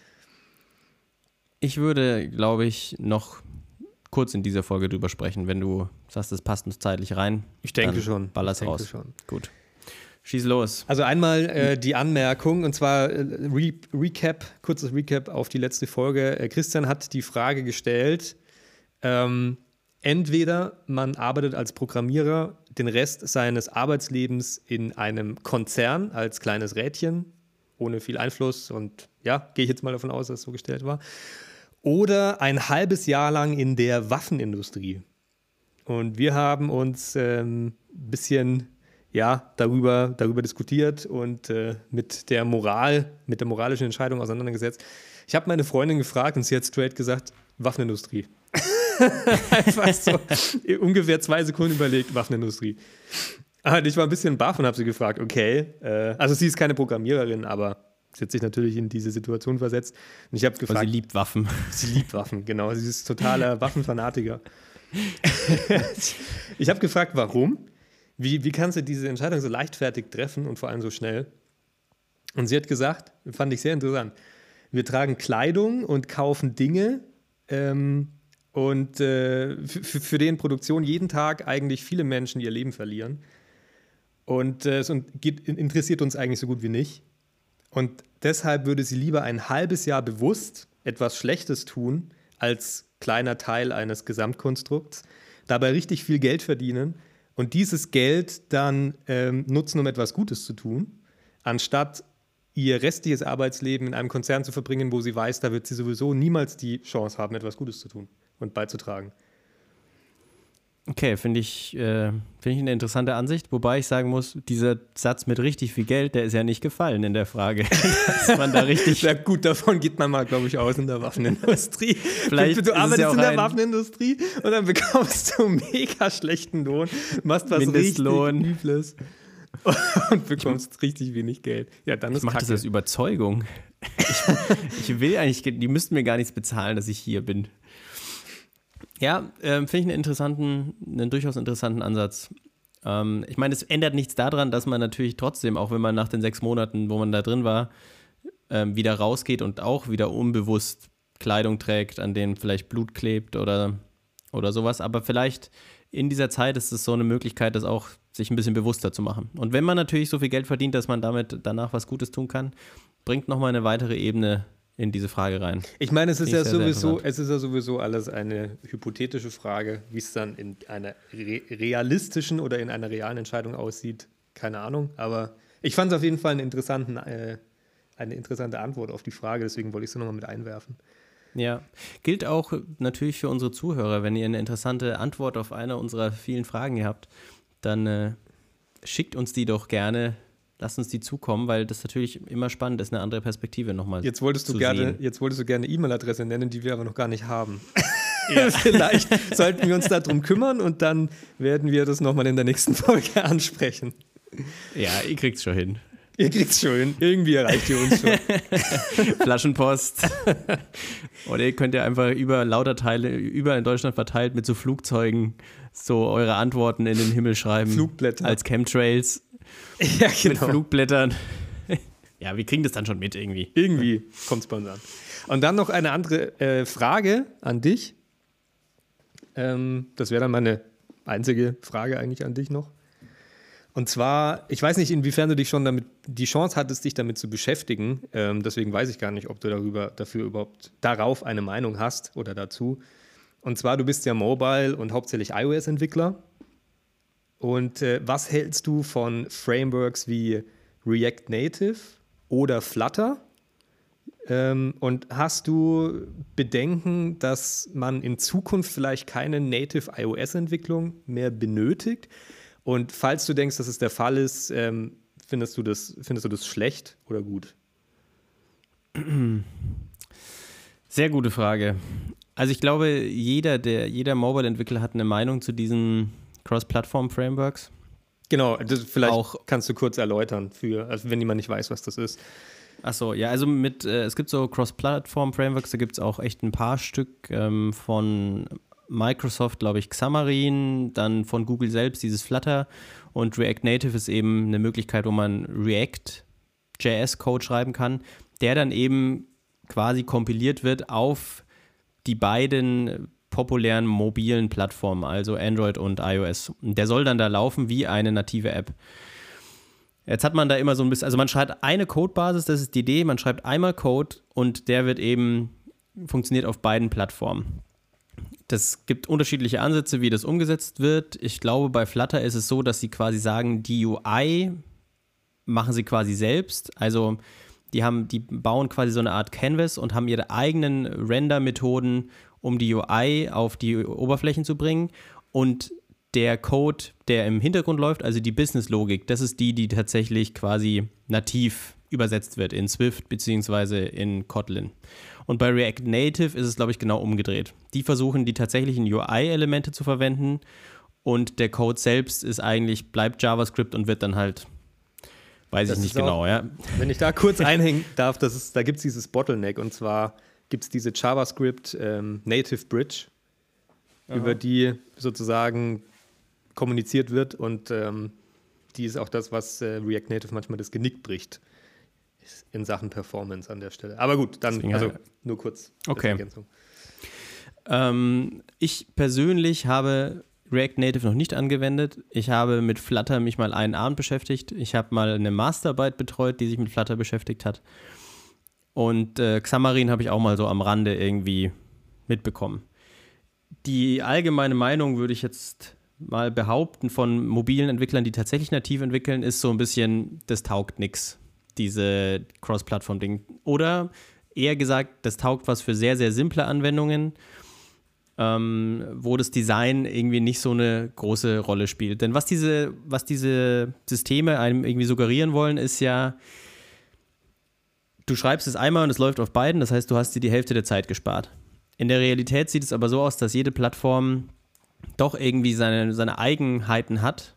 Ich würde, glaube ich, noch kurz in dieser Folge drüber sprechen, wenn du sagst, das passt uns zeitlich rein. Ich denke schon. Baller's raus. Gut. Schieß los. Also einmal die Anmerkung, und zwar kurzes Recap auf die letzte Folge. Christian hat die Frage gestellt, entweder man arbeitet als Programmierer den Rest seines Arbeitslebens in einem Konzern als kleines Rädchen, ohne viel Einfluss und ja, gehe ich jetzt mal davon aus, dass es so gestellt war, oder ein halbes Jahr lang in der Waffenindustrie. Und wir haben uns ein bisschen darüber diskutiert und mit der moralischen Entscheidung auseinandergesetzt. Ich habe meine Freundin gefragt und sie hat straight gesagt, Waffenindustrie. Einfach so ungefähr 2 Sekunden überlegt, Waffenindustrie. Und ich war ein bisschen baff und habe sie gefragt, okay, also sie ist keine Programmiererin, aber sie hat sich natürlich in diese Situation versetzt. Und ich habe gefragt, aber sie liebt Waffen. Sie liebt Waffen, genau. Sie ist totaler Waffenfanatiker. Ich habe gefragt, warum? Wie kannst du diese Entscheidung so leichtfertig treffen und vor allem so schnell? Und sie hat gesagt, fand ich sehr interessant, wir tragen Kleidung und kaufen Dinge und für deren Produktion jeden Tag eigentlich viele Menschen ihr Leben verlieren. Und es interessiert uns eigentlich so gut wie nicht. Und deshalb würde sie lieber ein halbes Jahr bewusst etwas Schlechtes tun, als kleiner Teil eines Gesamtkonstrukts, dabei richtig viel Geld verdienen und dieses Geld dann nutzen, um etwas Gutes zu tun, anstatt ihr restliches Arbeitsleben in einem Konzern zu verbringen, wo sie weiß, da wird sie sowieso niemals die Chance haben, etwas Gutes zu tun und beizutragen. Okay, finde ich eine interessante Ansicht, wobei ich sagen muss, dieser Satz mit richtig viel Geld, der ist ja nicht gefallen in der Frage. Dass man da richtig ja gut, davon geht man mal, glaube ich, aus in der Waffenindustrie. Vielleicht du arbeitest in der Waffenindustrie und dann bekommst du mega schlechten Lohn, machst was richtig Übles und bekommst richtig wenig Geld. Ja, dann ist ich mache das als Überzeugung. Ich will eigentlich, die müssten mir gar nichts bezahlen, dass ich hier bin. Ja, finde ich einen durchaus interessanten Ansatz. Ich meine, es ändert nichts daran, dass man natürlich trotzdem, auch wenn man nach den 6 Monaten, wo man da drin war, wieder rausgeht und auch wieder unbewusst Kleidung trägt, an denen vielleicht Blut klebt oder sowas. Aber vielleicht in dieser Zeit ist es so eine Möglichkeit, das auch sich ein bisschen bewusster zu machen. Und wenn man natürlich so viel Geld verdient, dass man damit danach was Gutes tun kann, bringt nochmal eine weitere Ebene in diese Frage rein. Ich meine, es ist ja sowieso alles eine hypothetische Frage, wie es dann in einer realistischen oder in einer realen Entscheidung aussieht. Keine Ahnung, aber ich fand es auf jeden Fall eine interessante Antwort auf die Frage, deswegen wollte ich es nochmal mit einwerfen. Ja, gilt auch natürlich für unsere Zuhörer, wenn ihr eine interessante Antwort auf eine unserer vielen Fragen hier habt, dann schickt uns die doch gerne. Lass uns die zukommen, weil das natürlich immer spannend ist, eine andere Perspektive nochmal Jetzt wolltest du gerne E-Mail-Adresse nennen, die wir aber noch gar nicht haben. Ja. Vielleicht sollten wir uns darum kümmern und dann werden wir das nochmal in der nächsten Folge ansprechen. Ja, ihr kriegt's schon hin. Ihr kriegt's schon hin. Irgendwie erreicht ihr uns schon. Flaschenpost. Oder ihr könnt ja einfach über Lauterteile, überall in Deutschland verteilt mit so Flugzeugen so eure Antworten in den Himmel schreiben. Flugblätter. Als Chemtrails. Ja, genau. Mit Flugblättern. Ja, wir kriegen das dann schon mit irgendwie. Irgendwie kommt es bei uns an. Und dann noch eine andere Frage an dich. Das wäre dann meine einzige Frage eigentlich an dich noch. Und zwar, ich weiß nicht, inwiefern du dich schon damit die Chance hattest, dich damit zu beschäftigen. Deswegen weiß ich gar nicht, ob du darauf eine Meinung hast oder dazu. Und zwar, du bist ja Mobile- und hauptsächlich iOS-Entwickler. Und was hältst du von Frameworks wie React Native oder Flutter? Und hast du Bedenken, dass man in Zukunft vielleicht keine Native iOS-Entwicklung mehr benötigt? Und falls du denkst, dass es der Fall ist, findest du das schlecht oder gut? Sehr gute Frage. Also ich glaube, jeder Mobile-Entwickler hat eine Meinung zu diesen Cross-Plattform-Frameworks. Genau, vielleicht auch, kannst du kurz erläutern, also wenn jemand nicht weiß, was das ist. Achso, ja, also es gibt so Cross-Plattform-Frameworks, da gibt es auch echt ein paar Stück von Microsoft, glaube ich, Xamarin, dann von Google selbst dieses Flutter und React Native ist eben eine Möglichkeit, wo man React.js-Code schreiben kann, der dann eben quasi kompiliert wird auf die beiden populären mobilen Plattformen, also Android und iOS. Der soll dann da laufen wie eine native App. Jetzt hat man da immer so ein bisschen, also man schreibt eine Codebasis, das ist die Idee, man schreibt einmal Code und der wird eben, funktioniert auf beiden Plattformen. Das gibt unterschiedliche Ansätze, wie das umgesetzt wird. Ich glaube, bei Flutter ist es so, dass sie quasi sagen, die UI machen sie quasi selbst. Also die bauen quasi so eine Art Canvas und haben ihre eigenen Render-Methoden, um die UI auf die Oberflächen zu bringen. Und der Code, der im Hintergrund läuft, also die Business-Logik, das ist die tatsächlich quasi nativ übersetzt wird in Swift beziehungsweise in Kotlin. Und bei React Native ist es, glaube ich, genau umgedreht. Die versuchen, die tatsächlichen UI-Elemente zu verwenden und der Code selbst bleibt JavaScript und wird dann halt, weiß ich nicht genau, ja. Wenn ich da kurz einhängen darf, da gibt es dieses Bottleneck und zwar gibt es diese JavaScript Native Bridge, über die sozusagen kommuniziert wird und die ist auch das, was React Native manchmal das Genick bricht in Sachen Performance an der Stelle. Aber gut, dann nur kurz als Ergänzung. Ich persönlich habe React Native noch nicht angewendet. Ich habe mit Flutter mich mal einen Abend beschäftigt. Ich habe mal eine Masterarbeit betreut, die sich mit Flutter beschäftigt hat. Und Xamarin habe ich auch mal so am Rande irgendwie mitbekommen. Die allgemeine Meinung würde ich jetzt mal behaupten von mobilen Entwicklern, die tatsächlich nativ entwickeln, ist so ein bisschen, das taugt nix, diese Cross-Plattform-Ding. Oder eher gesagt, das taugt was für sehr, sehr simple Anwendungen, wo das Design irgendwie nicht so eine große Rolle spielt. Denn was diese Systeme einem irgendwie suggerieren wollen, ist ja, du schreibst es einmal und es läuft auf beiden, das heißt, du hast dir die Hälfte der Zeit gespart. In der Realität sieht es aber so aus, dass jede Plattform doch irgendwie seine Eigenheiten hat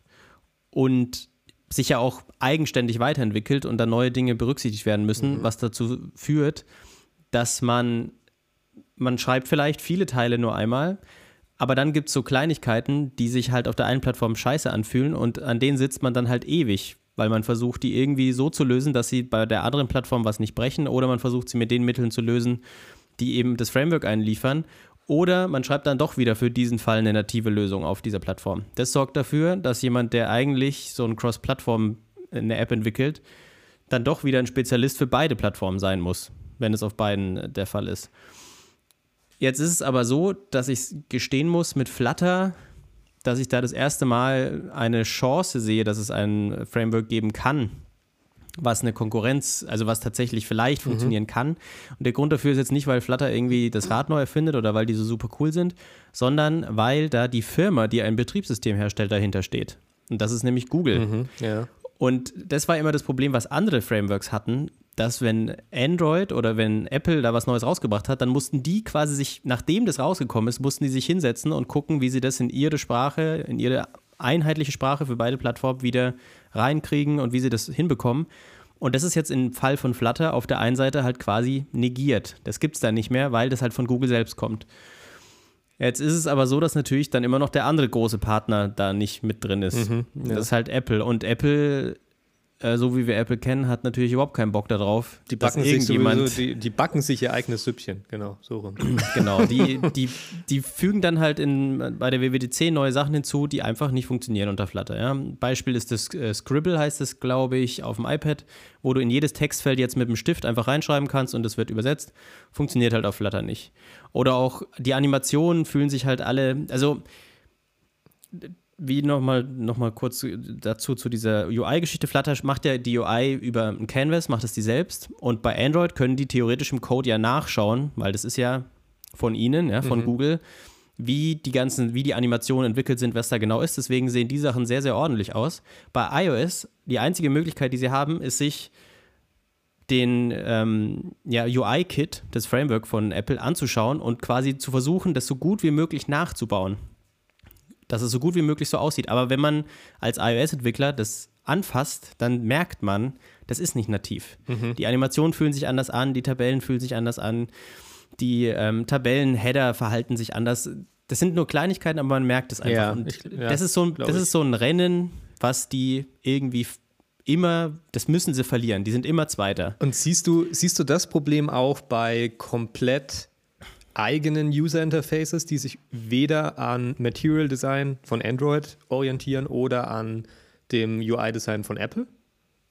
und sich ja auch eigenständig weiterentwickelt und da neue Dinge berücksichtigt werden müssen, was dazu führt, dass man schreibt vielleicht viele Teile nur einmal, aber dann gibt es so Kleinigkeiten, die sich halt auf der einen Plattform scheiße anfühlen und an denen sitzt man dann halt ewig, weil man versucht, die irgendwie so zu lösen, dass sie bei der anderen Plattform was nicht brechen oder man versucht, sie mit den Mitteln zu lösen, die eben das Framework einliefern. Oder man schreibt dann doch wieder für diesen Fall eine native Lösung auf dieser Plattform. Das sorgt dafür, dass jemand, der eigentlich so ein Cross-Plattform eine App entwickelt, dann doch wieder ein Spezialist für beide Plattformen sein muss, wenn es auf beiden der Fall ist. Jetzt ist es aber so, dass ich gestehen muss mit Flutter, dass ich da das erste Mal eine Chance sehe, dass es ein Framework geben kann, was eine Konkurrenz, also was tatsächlich vielleicht funktionieren kann. Und der Grund dafür ist jetzt nicht, weil Flutter irgendwie das Rad neu erfindet oder weil die so super cool sind, sondern weil da die Firma, die ein Betriebssystem herstellt, dahinter steht. Und das ist nämlich Google. Ja. Und das war immer das Problem, was andere Frameworks hatten, dass wenn Android oder wenn Apple da was Neues rausgebracht hat, dann mussten die quasi sich, nachdem das rausgekommen ist, mussten die sich hinsetzen und gucken, wie sie das in ihre Sprache, in ihre einheitliche Sprache für beide Plattformen wieder reinkriegen und wie sie das hinbekommen. Und das ist jetzt im Fall von Flutter auf der einen Seite halt quasi negiert. Das gibt es da nicht mehr, weil das halt von Google selbst kommt. Jetzt ist es aber so, dass natürlich dann immer noch der andere große Partner da nicht mit drin ist. Das ist halt Apple. Und Apple, so wie wir Apple kennen, hat natürlich überhaupt keinen Bock darauf. Die backen sich sowieso, die backen sich ihr eigenes Süppchen, genau, so rum. Genau, die fügen dann halt bei der WWDC neue Sachen hinzu, die einfach nicht funktionieren unter Flutter. Ja? Beispiel ist das Scribble, heißt es, glaube ich, auf dem iPad, wo du in jedes Textfeld jetzt mit dem Stift einfach reinschreiben kannst und das wird übersetzt. Funktioniert halt auf Flutter nicht. Oder auch die Animationen fühlen sich halt alle, also wie nochmal kurz dazu zu dieser UI-Geschichte. Flutter macht ja die UI über ein Canvas, macht es die selbst. Und bei Android können die theoretisch im Code ja nachschauen, weil das ist ja von ihnen, ja, von Google, wie die Animationen entwickelt sind, was da genau ist. Deswegen sehen die Sachen sehr, sehr ordentlich aus. Bei iOS, die einzige Möglichkeit, die sie haben, ist sich den UI-Kit, das Framework von Apple, anzuschauen und quasi zu versuchen, das so gut wie möglich nachzubauen. Dass es so gut wie möglich so aussieht. Aber wenn man als iOS-Entwickler das anfasst, dann merkt man, das ist nicht nativ. Die Animationen fühlen sich anders an, die Tabellen fühlen sich anders an, die Tabellenheader verhalten sich anders. Das sind nur Kleinigkeiten, aber man merkt es einfach. Ja, das ist so ein Rennen, was die irgendwie immer, das müssen sie verlieren. Die sind immer Zweiter. Und siehst du das Problem auch bei komplett eigenen User-Interfaces, die sich weder an Material Design von Android orientieren oder an dem UI-Design von Apple?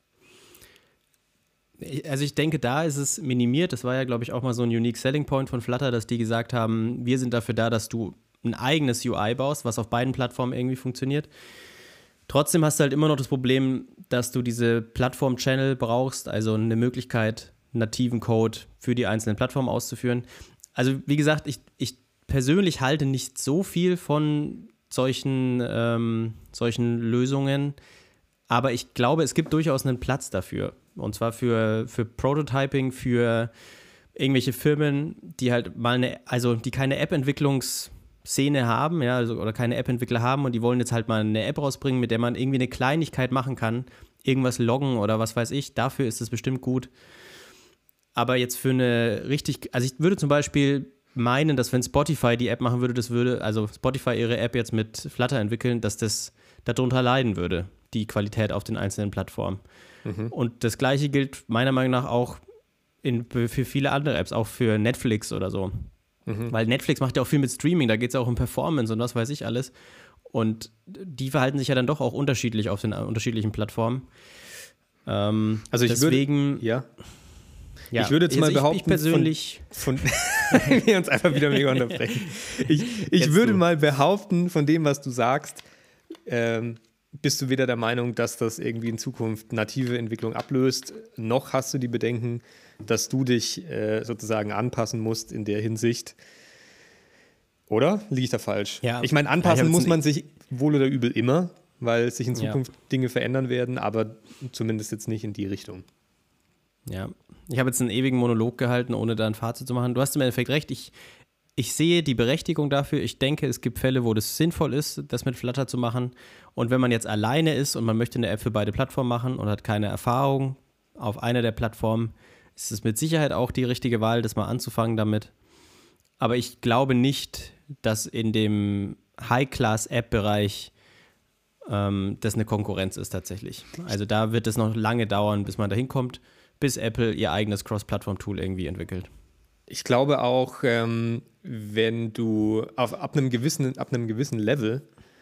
Also ich denke, da ist es minimiert. Das war ja, glaube ich, auch mal so ein Unique Selling Point von Flutter, dass die gesagt haben, wir sind dafür da, dass du ein eigenes UI baust, was auf beiden Plattformen irgendwie funktioniert. Trotzdem hast du halt immer noch das Problem, dass du diese Plattform-Channel brauchst, also eine Möglichkeit, nativen Code für die einzelnen Plattformen auszuführen. Also wie gesagt, ich persönlich halte nicht so viel von solchen Lösungen, aber ich glaube, es gibt durchaus einen Platz dafür. Und zwar für Prototyping, für irgendwelche Firmen, die halt mal die keine App-Entwicklungsszene haben, ja, also, oder keine App-Entwickler haben und die wollen jetzt halt mal eine App rausbringen, mit der man irgendwie eine Kleinigkeit machen kann, irgendwas loggen oder was weiß ich, dafür ist es bestimmt gut. Aber jetzt für also ich würde zum Beispiel meinen, dass wenn Spotify die App machen würde, also Spotify ihre App jetzt mit Flutter entwickeln, dass das darunter leiden würde, die Qualität auf den einzelnen Plattformen. Und das Gleiche gilt meiner Meinung nach auch für viele andere Apps, auch für Netflix oder so. Weil Netflix macht ja auch viel mit Streaming, da geht es ja auch um Performance und was weiß ich alles. Und die verhalten sich ja dann doch auch unterschiedlich auf den unterschiedlichen Plattformen. Also ich würde jetzt mal behaupten, ich persönlich wir uns einfach wieder mega unterbrechen. Ich würde mal behaupten, von dem, was du sagst, bist du weder der Meinung, dass das irgendwie in Zukunft native Entwicklung ablöst, noch hast du die Bedenken, dass du dich sozusagen anpassen musst in der Hinsicht. Oder? Liege ich da falsch? Ja. Ich meine, anpassen muss man sich wohl oder übel immer, weil sich in Zukunft Dinge verändern werden, aber zumindest jetzt nicht in die Richtung. Ja, ich habe jetzt einen ewigen Monolog gehalten, ohne da ein Fazit zu machen. Du hast im Endeffekt recht, ich sehe die Berechtigung dafür. Ich denke, es gibt Fälle, wo das sinnvoll ist, das mit Flutter zu machen. Und wenn man jetzt alleine ist und man möchte eine App für beide Plattformen machen und hat keine Erfahrung auf einer der Plattformen, ist es mit Sicherheit auch die richtige Wahl, das mal anzufangen damit. Aber ich glaube nicht, dass in dem High-Class-App-Bereich das eine Konkurrenz ist tatsächlich. Also da wird es noch lange dauern, bis man dahin kommt, bis Apple ihr eigenes Cross-Plattform-Tool irgendwie entwickelt. Ich glaube auch, wenn du ab einem gewissen Level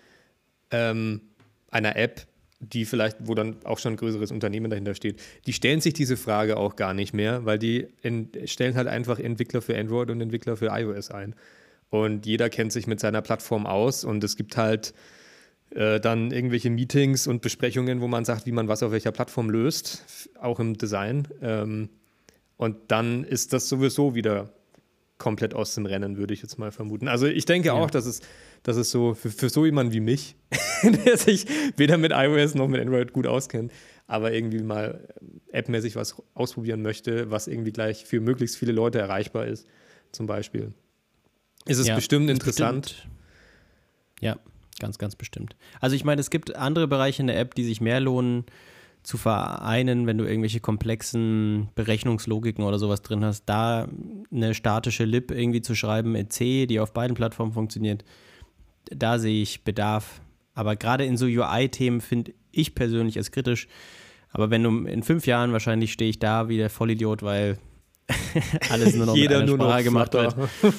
einer App, wo dann auch schon ein größeres Unternehmen dahinter steht, die stellen sich diese Frage auch gar nicht mehr, weil die stellen halt einfach Entwickler für Android und Entwickler für iOS ein. Und jeder kennt sich mit seiner Plattform aus und es gibt halt dann irgendwelche Meetings und Besprechungen, wo man sagt, wie man was auf welcher Plattform löst, auch im Design. Und dann ist das sowieso wieder komplett aus dem Rennen, würde ich jetzt mal vermuten. Also ich denke auch, dass es so für so jemanden wie mich, der sich weder mit iOS noch mit Android gut auskennt, aber irgendwie mal appmäßig was ausprobieren möchte, was irgendwie gleich für möglichst viele Leute erreichbar ist, zum Beispiel. Ist es bestimmt interessant. Bestimmt. Ja, ganz, ganz bestimmt. Also ich meine, es gibt andere Bereiche in der App, die sich mehr lohnen zu vereinen, wenn du irgendwelche komplexen Berechnungslogiken oder sowas drin hast, da eine statische Lib irgendwie zu schreiben in C, die auf beiden Plattformen funktioniert, da sehe ich Bedarf. Aber gerade in so UI-Themen finde ich persönlich es kritisch. Aber wenn du in 5 Jahren wahrscheinlich stehe ich da wie der Vollidiot, weil alles nur noch mit einer Sprache gemacht wird.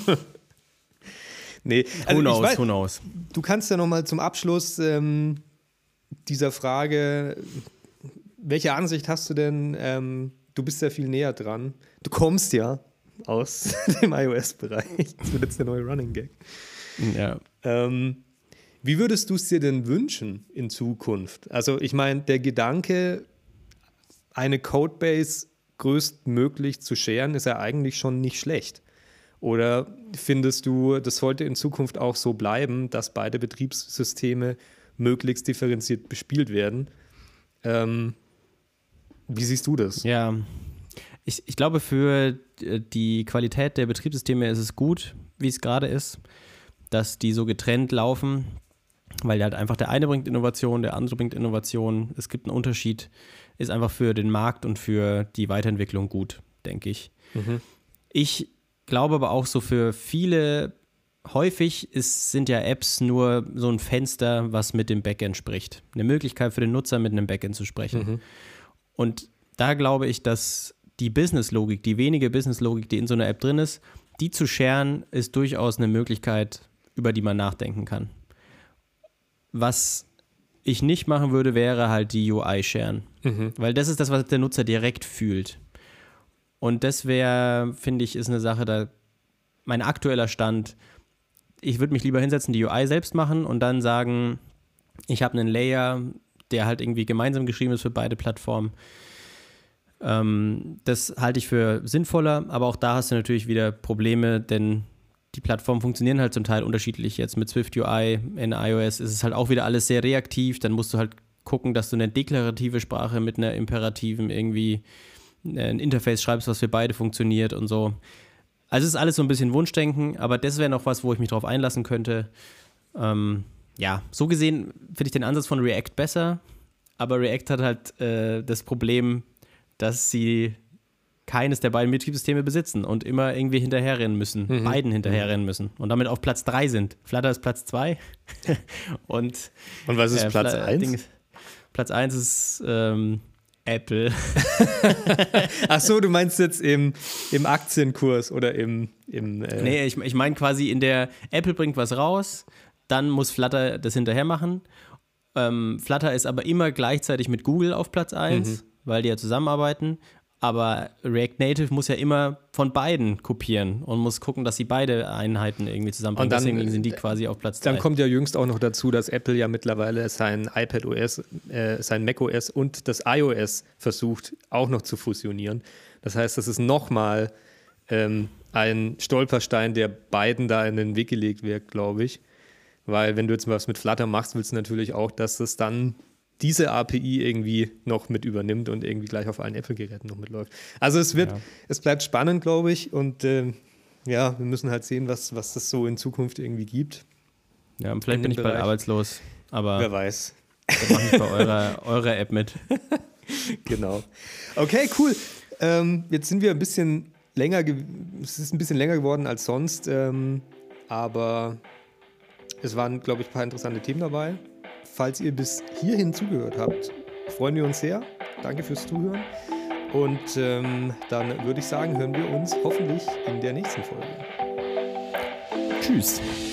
Nee, also who knows. Du kannst ja nochmal zum Abschluss dieser Frage, welche Ansicht hast du denn? Du bist ja viel näher dran. Du kommst ja aus dem iOS-Bereich. Das wird jetzt der neue Running Gag. Ja. Wie würdest du es dir denn wünschen in Zukunft? Also ich meine, der Gedanke, eine Codebase größtmöglich zu scheren, ist ja eigentlich schon nicht schlecht. Oder findest du, das sollte in Zukunft auch so bleiben, dass beide Betriebssysteme möglichst differenziert bespielt werden? Wie siehst du das? Ja, ich glaube, für die Qualität der Betriebssysteme ist es gut, wie es gerade ist, dass die so getrennt laufen, weil halt einfach der eine bringt Innovation, der andere bringt Innovation. Es gibt einen Unterschied, ist einfach für den Markt und für die Weiterentwicklung gut, denke ich. Ich glaube aber auch so für viele, häufig sind ja Apps nur so ein Fenster, was mit dem Backend spricht. Eine Möglichkeit für den Nutzer, mit einem Backend zu sprechen. Und da glaube ich, dass die Businesslogik, die wenige Businesslogik, die in so einer App drin ist, die zu sharen, ist durchaus eine Möglichkeit, über die man nachdenken kann. Was ich nicht machen würde, wäre halt die UI sharen. Weil das ist das, was der Nutzer direkt fühlt. Und das wäre, finde ich, ist eine Sache, da mein aktueller Stand, ich würde mich lieber hinsetzen, die UI selbst machen und dann sagen, ich habe einen Layer, der halt irgendwie gemeinsam geschrieben ist für beide Plattformen. Das halte ich für sinnvoller, aber auch da hast du natürlich wieder Probleme, denn die Plattformen funktionieren halt zum Teil unterschiedlich. Jetzt mit Swift UI in iOS ist es halt auch wieder alles sehr reaktiv. Dann musst du halt gucken, dass du eine deklarative Sprache mit einer imperativen irgendwie ein Interface schreibst, was für beide funktioniert und so. Also es ist alles so ein bisschen Wunschdenken, aber das wäre noch was, wo ich mich drauf einlassen könnte. Ja, so gesehen finde ich den Ansatz von React besser, aber React hat halt das Problem, dass sie keines der beiden Betriebssysteme besitzen und immer irgendwie hinterherrennen müssen, beiden hinterherrennen müssen und damit auf Platz 3 sind. Flutter ist Platz 2 und was ist Platz 1? Platz 1 ist Apple. Ach so, du meinst jetzt im Aktienkurs oder im Nee, ich meine quasi in der Apple bringt was raus, dann muss Flutter das hinterher machen. Flutter ist aber immer gleichzeitig mit Google auf Platz 1, weil die ja zusammenarbeiten. Aber React Native muss ja immer von beiden kopieren und muss gucken, dass sie beide Einheiten irgendwie zusammenbringen. Und deswegen sind die quasi auf Platz 3. Dann kommt ja jüngst auch noch dazu, dass Apple ja mittlerweile sein iPadOS, sein macOS und das iOS versucht auch noch zu fusionieren. Das heißt, das ist nochmal ein Stolperstein, der beiden da in den Weg gelegt wird, glaube ich. Weil wenn du jetzt was mit Flutter machst, willst du natürlich auch, dass das dann diese API irgendwie noch mit übernimmt und irgendwie gleich auf allen Apple-Geräten noch mitläuft. Also es bleibt spannend, glaube ich. Und wir müssen halt sehen, was das so in Zukunft irgendwie gibt. Ja, und vielleicht bin ich bald arbeitslos, aber wer weiß. Dann mache ich bei eurer App mit. Genau. Okay, cool. Jetzt sind wir ein bisschen länger, es ist ein bisschen länger geworden als sonst, aber es waren, glaube ich, ein paar interessante Themen dabei. Falls ihr bis hierhin zugehört habt, freuen wir uns sehr. Danke fürs Zuhören. Und dann würde ich sagen, hören wir uns hoffentlich in der nächsten Folge. Tschüss.